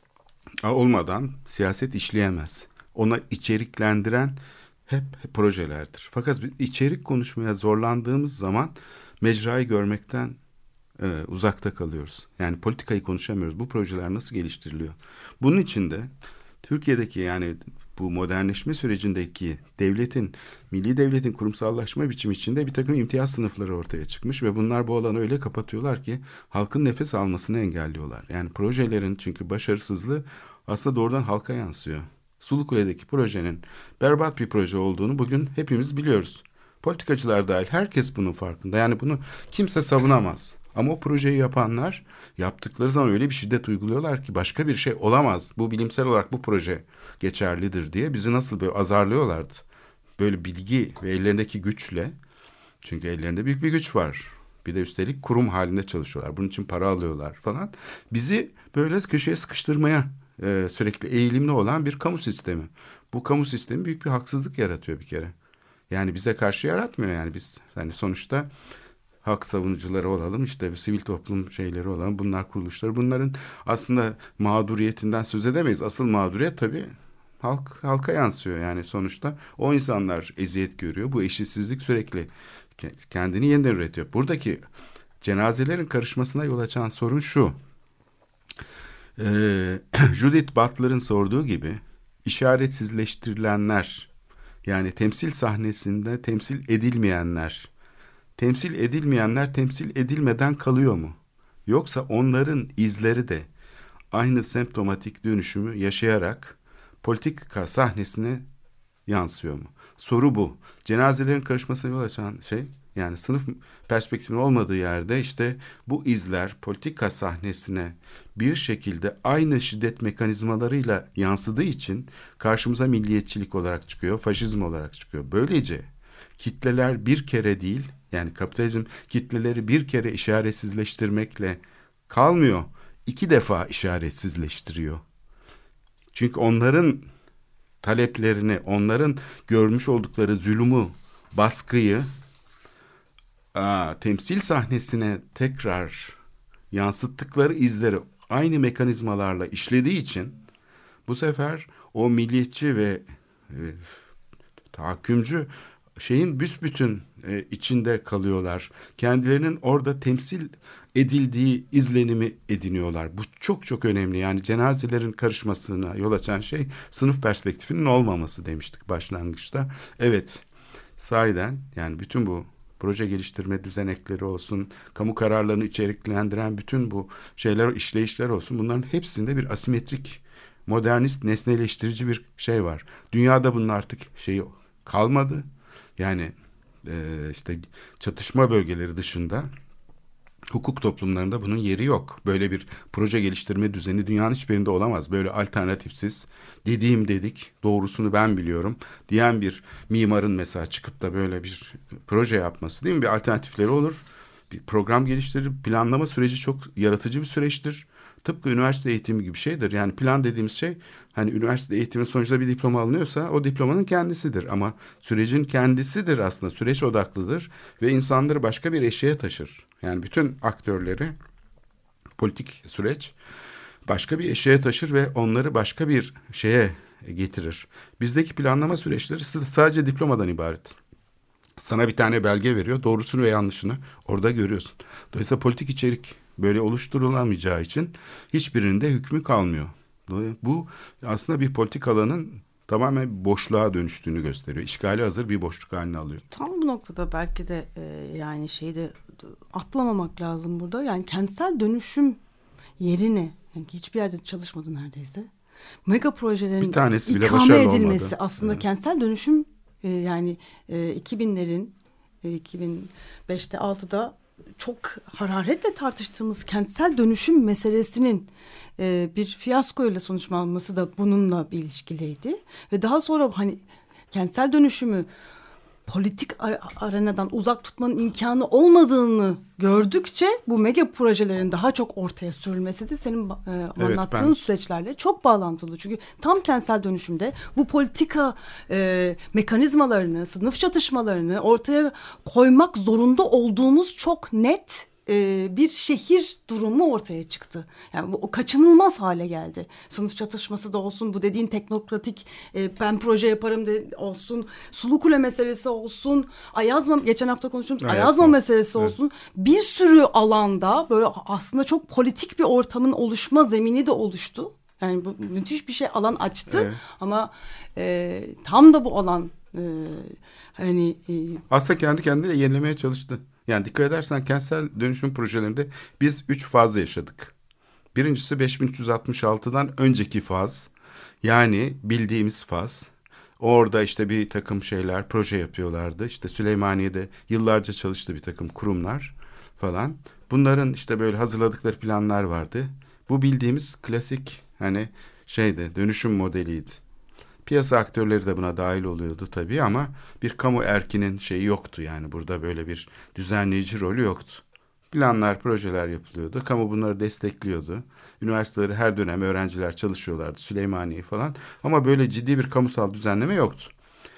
olmadan siyaset işleyemez. Ona içeriklendiren hep, hep projelerdir. Fakat içerik konuşmaya zorlandığımız zaman mecrayı görmekten e, uzakta kalıyoruz. Yani politikayı konuşamıyoruz. Bu projeler nasıl geliştiriliyor? Bunun için de Türkiye'deki yani bu modernleşme sürecindeki devletin, milli devletin kurumsallaşma biçimi içinde bir takım imtiyaz sınıfları ortaya çıkmış ve bunlar bu alanı öyle kapatıyorlar ki halkın nefes almasını engelliyorlar. Yani projelerin çünkü başarısızlığı aslında doğrudan halka yansıyor. Sulukule'deki projenin berbat bir proje olduğunu bugün hepimiz biliyoruz. Politikacılar dahil herkes bunun farkında. Yani bunu kimse savunamaz. Ama o projeyi yapanlar yaptıkları zaman öyle bir şiddet uyguluyorlar ki başka bir şey olamaz. Bu bilimsel olarak bu proje geçerlidir diye bizi nasıl böyle azarlıyorlardı. Böyle bilgi ve ellerindeki güçle, çünkü ellerinde büyük bir güç var. Bir de üstelik kurum halinde çalışıyorlar. Bunun için para alıyorlar falan. Bizi böyle köşeye sıkıştırmaya e, sürekli eğilimli olan bir kamu sistemi. Bu kamu sistemi büyük bir haksızlık yaratıyor bir kere. Yani bize karşı yaratmıyor yani biz yani sonuçta hak savunucuları olalım, işte sivil toplum şeyleri olalım, bunlar kuruluşları. Bunların aslında mağduriyetinden söz edemeyiz. Asıl mağduriyet tabii halk halka yansıyor yani sonuçta. O insanlar eziyet görüyor. Bu eşitsizlik sürekli kendini yeniden üretiyor. Buradaki cenazelerin karışmasına yol açan sorun şu. Ee, Judith Butler'ın sorduğu gibi işaretsizleştirilenler, yani temsil sahnesinde temsil edilmeyenler, temsil edilmeyenler temsil edilmeden kalıyor mu? Yoksa onların izleri de aynı semptomatik dönüşümü yaşayarak politika sahnesine yansıyor mu? Soru bu. Cenazelerin karışmasına yol açan şey, yani sınıf perspektifinin olmadığı yerde işte bu izler politika sahnesine bir şekilde aynı şiddet mekanizmalarıyla yansıdığı için karşımıza milliyetçilik olarak çıkıyor, faşizm olarak çıkıyor. Böylece kitleler bir kere değil, yani kapitalizm kitleleri bir kere işaretsizleştirmekle kalmıyor, iki defa işaretsizleştiriyor. Çünkü onların taleplerini, onların görmüş oldukları zulümü, baskıyı aa, temsil sahnesine tekrar yansıttıkları izleri aynı mekanizmalarla işlediği için bu sefer o milliyetçi ve e, tahakkümcü şeyin büsbütün e, içinde kalıyorlar. Kendilerinin orada temsil edildiği izlenimi ediniyorlar. Bu çok çok önemli. Yani cenazelerin karışmasına yol açan şey sınıf perspektifinin olmaması demiştik başlangıçta. Evet, sahiden yani bütün bu proje geliştirme düzenekleri olsun, kamu kararlarını içeriklendiren bütün bu şeyler, işleyişler olsun, bunların hepsinde bir asimetrik, modernist, nesneleştirici bir şey var. Dünyada bunun artık şeyi kalmadı. Yani e, işte çatışma bölgeleri dışında Hukuk toplumlarında bunun yeri yok. Böyle bir proje geliştirme düzeni dünyanın hiçbirinde olamaz. Böyle alternatifsiz, dediğim dedik, doğrusunu ben biliyorum diyen bir mimarın mesela çıkıp da böyle bir proje yapması, değil mi? Bir alternatifleri olur. Bir program geliştirir. Planlama süreci çok yaratıcı bir süreçtir. Tıpkı üniversite eğitimi gibi şeydir. Yani plan dediğimiz şey, hani üniversite eğitimi sonucunda bir diploma alınıyorsa o diplomanın kendisidir. Ama sürecin kendisidir aslında. Süreç odaklıdır ve insanları başka bir eşiğe taşır. Yani bütün aktörleri, politik süreç başka bir eşiğe taşır ve onları başka bir şeye getirir. Bizdeki planlama süreçleri sadece diplomadan ibaret. Sana bir tane belge veriyor, doğrusunu ve yanlışını orada görüyorsun. Dolayısıyla politik içerik böyle oluşturulamayacağı için hiçbirinde hükmü kalmıyor. Bu aslında bir politik alanın tamamen boşluğa dönüştüğünü gösteriyor. İşgali hazır bir boşluk haline alıyor.
Tam bu noktada belki de e, yani şeyi de atlamamak lazım burada. Yani kentsel dönüşüm yerine, yani hiçbir yerde çalışmadı neredeyse. Mega projelerin ikame edilmesi olmadı. Aslında evet. Kentsel dönüşüm e, yani e, iki binlerin e, iki bin beşte altıda çok hararetle tartıştığımız kentsel dönüşüm meselesinin e, bir fiyaskoyla sonuçlanması da bununla bir ilişkiliydi. Ve daha sonra hani kentsel dönüşümü politik arenadan uzak tutmanın imkanı olmadığını gördükçe bu mega projelerin daha çok ortaya sürülmesi de senin e,
evet,
anlattığın
ben...
süreçlerle çok bağlantılı. Çünkü tam kentsel dönüşümde bu politika e, mekanizmalarını, sınıf çatışmalarını ortaya koymak zorunda olduğumuz çok net e, bir şehir durumu ortaya çıktı. Yani bu, o kaçınılmaz hale geldi. Sınıf çatışması da olsun, bu dediğin teknokratik e, ben proje yaparım de olsun, Sulu Kule meselesi olsun, Ayazma, geçen hafta konuştuğumuz Ayazma, Ayazma meselesi olsun. Evet. Bir sürü alanda böyle aslında çok politik bir ortamın oluşma zemini de oluştu. Yani bu müthiş bir şey, alan açtı. Evet. Ama e, tam da bu alan e, hani e,
aslında kendi kendine yenilemeye çalıştı. Yani dikkat edersen kentsel dönüşüm projelerinde biz üç fazla yaşadık. Birincisi beş bin üç yüz altmış altıdan önceki faz. Yani bildiğimiz faz. Orada işte bir takım şeyler, proje yapıyorlardı. İşte Süleymaniye'de yıllarca çalıştı bir takım kurumlar falan. Bunların işte böyle hazırladıkları planlar vardı. Bu bildiğimiz klasik hani şeyde dönüşüm modeliydi. Piyasa aktörleri de buna dahil oluyordu tabii ama bir kamu erkinin şeyi yoktu, yani burada böyle bir düzenleyici rolü yoktu. Planlar, projeler yapılıyordu. Kamu bunları destekliyordu. Üniversiteleri her dönem öğrenciler çalışıyorlardı, Süleymaniye falan. Ama böyle ciddi bir kamusal düzenleme yoktu.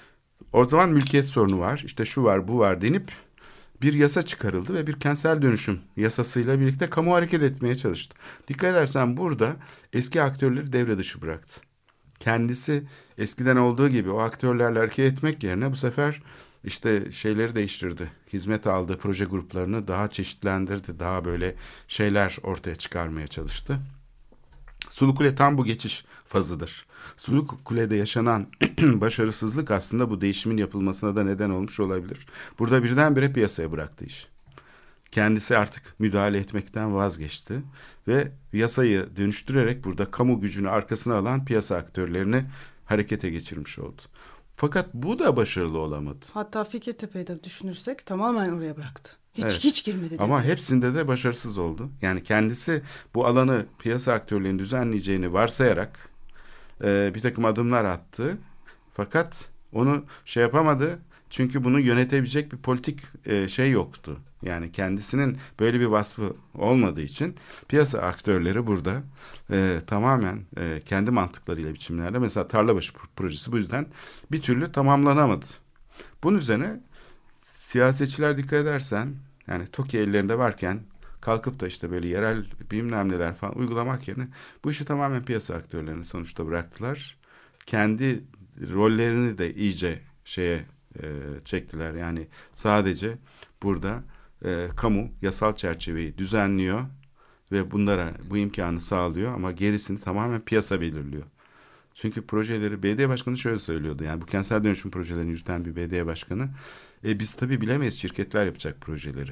O zaman mülkiyet sorunu var, işte şu var, bu var denip bir yasa çıkarıldı ve bir kentsel dönüşüm yasasıyla birlikte kamu hareket etmeye çalıştı. Dikkat edersen burada eski aktörleri devre dışı bıraktı. Kendisi eskiden olduğu gibi o aktörlerle hareket etmek yerine bu sefer işte şeyleri değiştirdi. Hizmet aldığı proje gruplarını daha çeşitlendirdi. Daha böyle şeyler ortaya çıkarmaya çalıştı. Sulu Kule tam bu geçiş fazıdır. Sulu Kule'de yaşanan başarısızlık aslında bu değişimin yapılmasına da neden olmuş olabilir. Burada birdenbire piyasaya bıraktı iş. Kendisi artık müdahale etmekten vazgeçti ve yasayı dönüştürerek burada kamu gücünü arkasına alan piyasa aktörlerini harekete geçirmiş oldu. Fakat bu da başarılı olamadı.
Hatta Fikirtepe'yi de düşünürsek tamamen oraya bıraktı. Hiç
evet.
hiç girmedi.
Ama hepsinde de başarısız oldu. Yani kendisi bu alanı piyasa aktörlerinin düzenleyeceğini varsayarak e, bir takım adımlar attı. Fakat onu şey yapamadı. Çünkü bunu yönetebilecek bir politik e, şey yoktu. Yani kendisinin böyle bir vasfı olmadığı için piyasa aktörleri burada e, tamamen e, kendi mantıklarıyla biçimlerde, mesela Tarlabaşı projesi bu yüzden bir türlü tamamlanamadı. Bunun üzerine siyasetçiler dikkat edersen, yani TOKİ ellerinde varken kalkıp da işte böyle yerel bilmem neler falan uygulamak yerine bu işi tamamen piyasa aktörlerinin sonuçta bıraktılar. Kendi rollerini de iyice şeye e, çektiler. Yani sadece burada e, kamu yasal çerçeveyi düzenliyor ve bunlara bu imkanı sağlıyor ama gerisini tamamen piyasa belirliyor. Çünkü projeleri B D E Başkanı şöyle söylüyordu. Yani bu kentsel dönüşüm projelerini yürüten bir B D E Başkanı. E, biz tabii bilemeyiz, şirketler yapacak projeleri.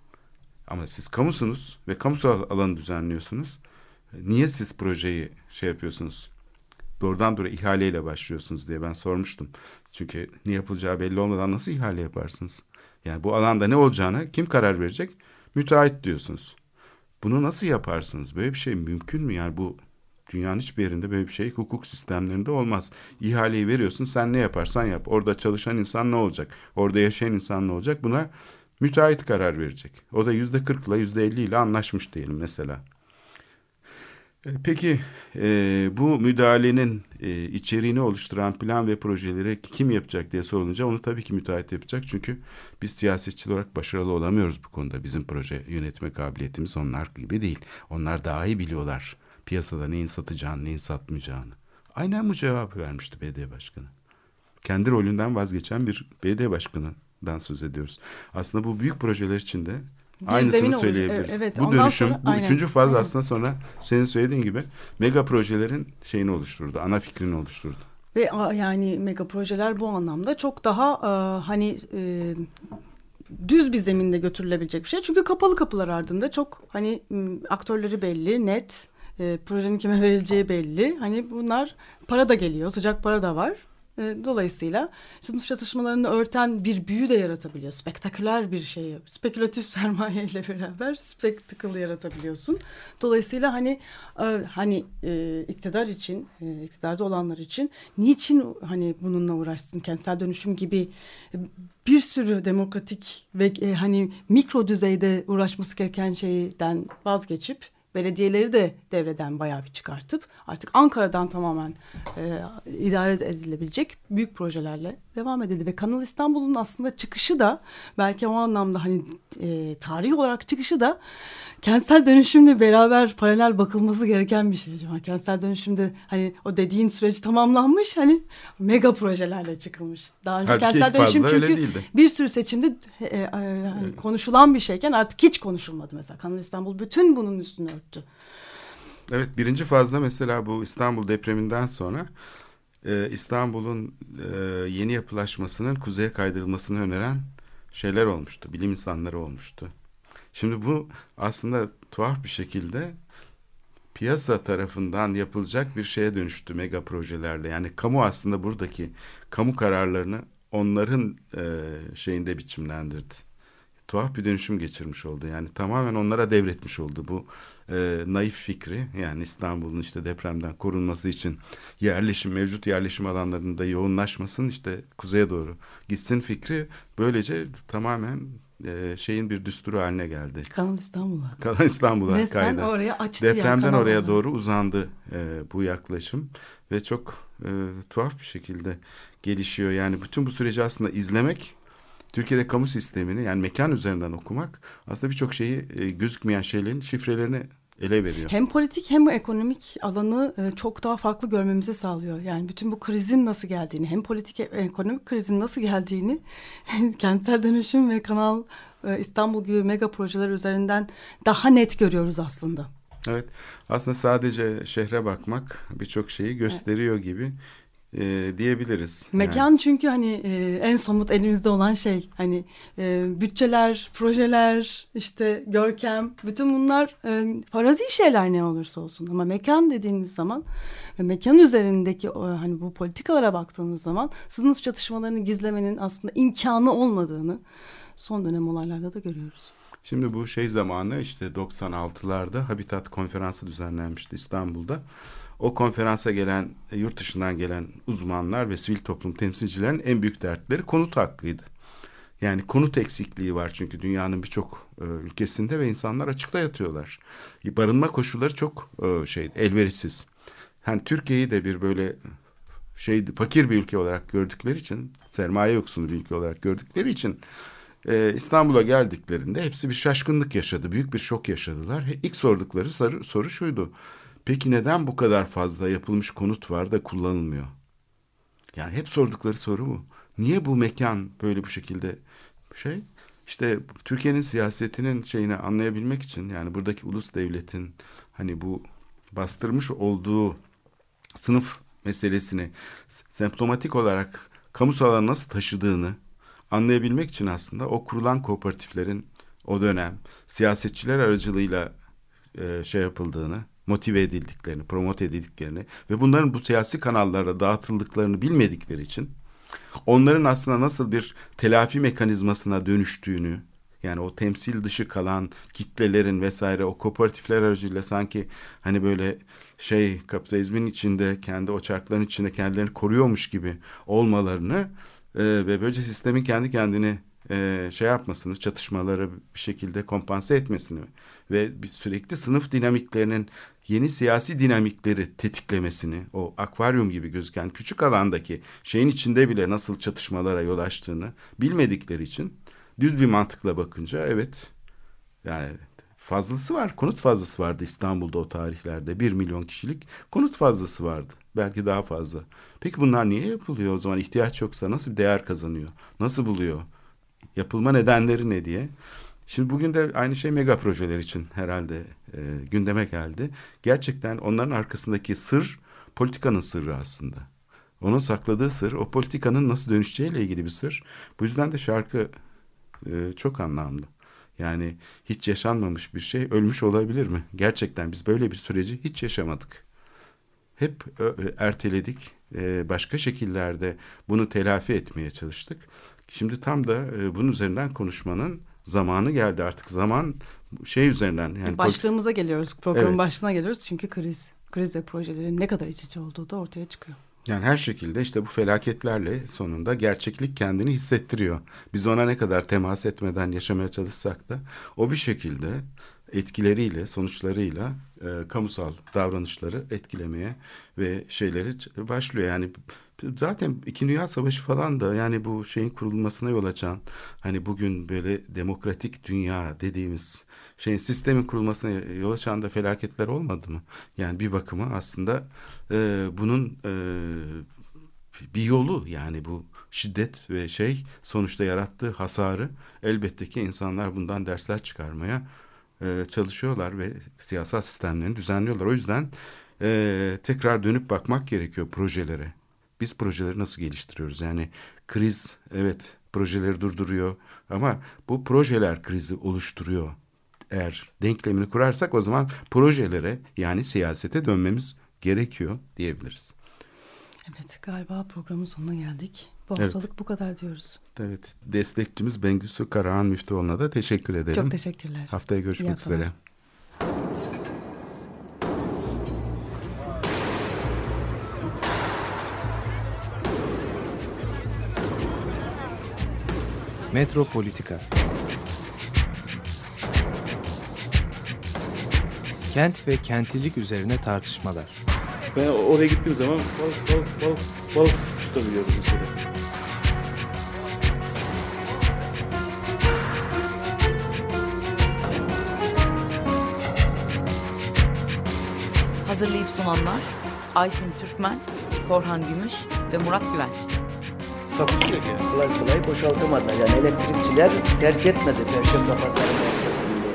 Ama siz kamusunuz ve kamusal alanı düzenliyorsunuz. Niye siz projeyi şey yapıyorsunuz? Doğrudan doğru ihaleyle başlıyorsunuz diye ben sormuştum. Çünkü ne yapılacağı belli olmadan nasıl ihale yaparsınız? Yani bu alanda ne olacağını kim karar verecek? müteahhit diyorsunuz. Bunu nasıl yaparsınız? Böyle bir şey mümkün mü? Yani bu dünyanın hiçbir yerinde böyle bir şey hukuk sistemlerinde olmaz. İhaleyi veriyorsun, sen ne yaparsan yap. Orada çalışan insan ne olacak? Orada yaşayan insan ne olacak? Buna müteahhit karar verecek. O da yüzde kırkla yüzde elli ile anlaşmış diyelim mesela. Peki e, bu müdahalenin e, içeriğini oluşturan plan ve projeleri kim yapacak diye sorulunca onu tabii ki müteahhit yapacak. Çünkü biz siyasetçi olarak başarılı olamıyoruz bu konuda. Bizim proje yönetme kabiliyetimiz onlar gibi değil. Onlar daha iyi biliyorlar piyasada neyin satacağını, neyin satmayacağını. Aynen bu cevabı vermişti belediye başkanı. Kendi rolünden vazgeçen bir belediye başkanından söz ediyoruz. Aslında bu büyük projeler için de
Bir
aynısını
zemin
söyleyebiliriz.
olacak. Evet,
bu
ondan
dönüşüm,
sonra-
bu
aynen,
üçüncü faz
aynen.
aslında sonra senin söylediğin gibi mega projelerin şeyini oluşturdu, ana fikrini oluşturdu.
Ve a, yani mega projeler bu anlamda çok daha e, hani e, düz bir zeminde götürülebilecek bir şey. Çünkü kapalı kapılar ardında çok hani m, aktörleri belli, net, e, projenin kime verileceği belli. Hani bunlar para da geliyor, sıcak para da var. E, dolayısıyla sınıf çatışmalarını örten bir büyü de yaratabiliyor. Spektaküler bir şey, spekülatif sermaye ile beraber spektakül yaratabiliyorsun. Dolayısıyla hani e, hani e, iktidar için, e, iktidarda olanlar için niçin hani bununla uğraşsın? Kentsel dönüşüm gibi e, bir sürü demokratik ve e, hani mikro düzeyde uğraşması gereken şeyden vazgeçip belediyeleri de devreden bayağı bir çıkartıp artık Ankara'dan tamamen e, idare edilebilecek büyük projelerle devam edildi. Ve Kanal İstanbul'un aslında çıkışı da belki o anlamda hani e, tarihi olarak çıkışı da kentsel dönüşümle beraber paralel bakılması gereken bir şey. Acaba kentsel dönüşümde hani o dediğin süreci tamamlanmış, hani mega projelerle çıkılmış. Daha önce
Halbuki
kentsel
ilk
dönüşüm
fazla öyle
çünkü
değildi.
bir sürü seçimde e, e, hani konuşulan bir şeyken artık hiç konuşulmadı mesela. Kanal İstanbul bütün bunun üstünü örttü.
Evet, birinci fazda mesela bu İstanbul depreminden sonra e, İstanbul'un e, yeni yapılaşmasının kuzeye kaydırılmasını öneren şeyler olmuştu. Bilim insanları olmuştu. Şimdi bu aslında tuhaf bir şekilde piyasa tarafından yapılacak bir şeye dönüştü mega projelerle. Yani kamu aslında buradaki kamu kararlarını onların e, şeyinde biçimlendirdi. Tuhaf bir dönüşüm geçirmiş oldu. Yani tamamen onlara devretmiş oldu bu e, naif fikri. Yani İstanbul'un işte depremden korunması için yerleşim, mevcut yerleşim alanlarında yoğunlaşmasın, işte kuzeye doğru gitsin fikri böylece tamamen e, şeyin bir düsturu haline geldi.
Kanal İstanbul'a.
Kanal İstanbul'a
Resmen
kaydı.
oraya açtı
Depremden
ya,
oraya
kanalı.
doğru uzandı e, bu yaklaşım ve çok e, tuhaf bir şekilde gelişiyor. Yani bütün bu süreci aslında izlemek, Türkiye'de kamu sistemini yani mekan üzerinden okumak aslında birçok şeyi e, gözükmeyen şeylerin şifrelerini ele veriyor.
Hem politik hem ekonomik alanı e, çok daha farklı görmemizi sağlıyor. Yani bütün bu krizin nasıl geldiğini, hem politik hem ekonomik krizin nasıl geldiğini kentsel dönüşüm ve Kanal e, İstanbul gibi mega projeler üzerinden daha net görüyoruz aslında.
Evet, aslında sadece şehre bakmak birçok şeyi gösteriyor gibi e, diyebiliriz.
Mekan
Yani.
çünkü hani e, en somut elimizde olan şey, hani e, bütçeler, projeler, işte görkem, bütün bunlar e, farazi şeyler ne olursa olsun, ama mekan dediğiniz zaman ve mekan üzerindeki o, hani bu politikalara baktığınız zaman sınıf çatışmalarını gizlemenin aslında imkanı olmadığını son dönem olaylarda da görüyoruz.
Şimdi bu şey zamanı işte doksan altılarda Habitat konferansı düzenlenmişti İstanbul'da. O konferansa gelen, yurt dışından gelen uzmanlar ve sivil toplum temsilcilerin en büyük dertleri konut hakkıydı. Yani konut eksikliği var çünkü dünyanın birçok e, ülkesinde ve insanlar açıkta yatıyorlar. Barınma koşulları çok e, şey elverişsiz. Yani Türkiye'yi de bir böyle şey fakir bir ülke olarak gördükleri için, sermaye yoksunu bir ülke olarak gördükleri için e, İstanbul'a geldiklerinde hepsi bir şaşkınlık yaşadı, büyük bir şok yaşadılar. İlk sordukları soru, soru şuydu: peki neden bu kadar fazla yapılmış konut var da kullanılmıyor? Yani hep sordukları soru bu. Niye bu mekan böyle bu şekilde şey? İşte Türkiye'nin siyasetinin şeyini anlayabilmek için, yani buradaki ulus devletin hani bu bastırmış olduğu sınıf meselesini semptomatik olarak kamusal alana nasıl taşıdığını anlayabilmek için aslında o kurulan kooperatiflerin o dönem siyasetçiler aracılığıyla e, şey yapıldığını, motive edildiklerini, promote edildiklerini ve bunların bu siyasi kanallara dağıtıldıklarını bilmedikleri için onların aslında nasıl bir telafi mekanizmasına dönüştüğünü, Yani o temsil dışı kalan kitlelerin vesaire o kooperatifler aracıyla sanki hani böyle şey kapitalizmin içinde kendi o çarkların içinde kendilerini koruyormuş gibi olmalarını e, ve böylece sistemin kendi kendini e, şey yapmasını, çatışmaları bir şekilde kompanse etmesini ve bir sürekli sınıf dinamiklerinin yeni siyasi dinamikleri tetiklemesini, o akvaryum gibi gözüken küçük alandaki şeyin içinde bile nasıl çatışmalara yol açtığını bilmedikleri için düz bir mantıkla bakınca evet yani fazlası var, konut fazlası vardı İstanbul'da o tarihlerde. Bir milyon kişilik konut fazlası vardı. Belki daha fazla. Peki bunlar niye yapılıyor o zaman? İhtiyaç yoksa nasıl bir değer kazanıyor? Nasıl buluyor? Yapılma nedenleri ne diye? Şimdi bugün de aynı şey mega projeler için herhalde e, gündeme geldi. Gerçekten onların arkasındaki sır politikanın sırrı aslında. Onun sakladığı sır o politikanın nasıl dönüşeceğiyle ilgili bir sır. Bu yüzden de şarkı e, çok anlamlı. Yani hiç yaşanmamış bir şey ölmüş olabilir mi? Gerçekten biz böyle bir süreci hiç yaşamadık. Hep erteledik. E, başka şekillerde bunu telafi etmeye çalıştık. Şimdi tam da e, bunun üzerinden konuşmanın zamanı geldi artık. Zaman şey üzerinden. Yani
başlığımıza
politik...
geliyoruz. Programın
evet.
başlığına geliyoruz. Çünkü kriz. Kriz ve projelerin ne kadar iç içe olduğu da ortaya çıkıyor.
Yani her şekilde işte bu felaketlerle sonunda gerçeklik kendini hissettiriyor. Biz ona ne kadar temas etmeden yaşamaya çalışsak da o bir şekilde etkileriyle, sonuçlarıyla e, kamusal davranışları etkilemeye ve şeyleri başlıyor. Yani zaten İkinci Dünya Savaşı falan da yani bu şeyin kurulmasına yol açan hani bugün böyle demokratik dünya dediğimiz şeyin sistemin kurulmasına yol açan da felaketler olmadı mı? Yani bir bakıma aslında e, bunun e, bir yolu yani bu şiddet ve şey sonuçta yarattığı hasarı elbette ki insanlar bundan dersler çıkarmaya e, çalışıyorlar ve siyasal sistemlerini düzenliyorlar. O yüzden e, tekrar dönüp bakmak gerekiyor projelere. Biz projeleri nasıl geliştiriyoruz? Yani kriz evet projeleri durduruyor ama bu projeler krizi oluşturuyor. Eğer denklemini kurarsak o zaman projelere yani siyasete dönmemiz gerekiyor diyebiliriz.
Evet galiba programın sonuna geldik. Bu
evet.
haftalık bu kadar diyoruz.
Evet destekçimiz Bengüsü Karahan Müftüoğlu'na da teşekkür ederim.
Çok teşekkürler.
Haftaya görüşmek üzere.
Metropolitika. Kent ve kentlilik üzerine tartışmalar.
Ben oraya gittiğim zaman balık balık balık balık tutabiliyordum mesela.
Hazırlayıp sunanlar Aysin Türkmen, Korhan Gümüş ve Murat Güvenç.
Takusu yok yani.
Kolay kolay boşaltamadılar. Yani elektrikçiler terk etmedi Perşembe Pazarı merkezini.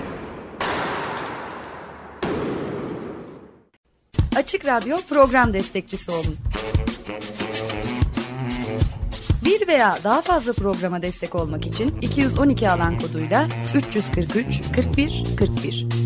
Açık Radyo program destekçisi olun. Bir veya daha fazla programa destek olmak için iki yüz on iki alan koduyla üç yüz kırk üç kırk bir kırk bir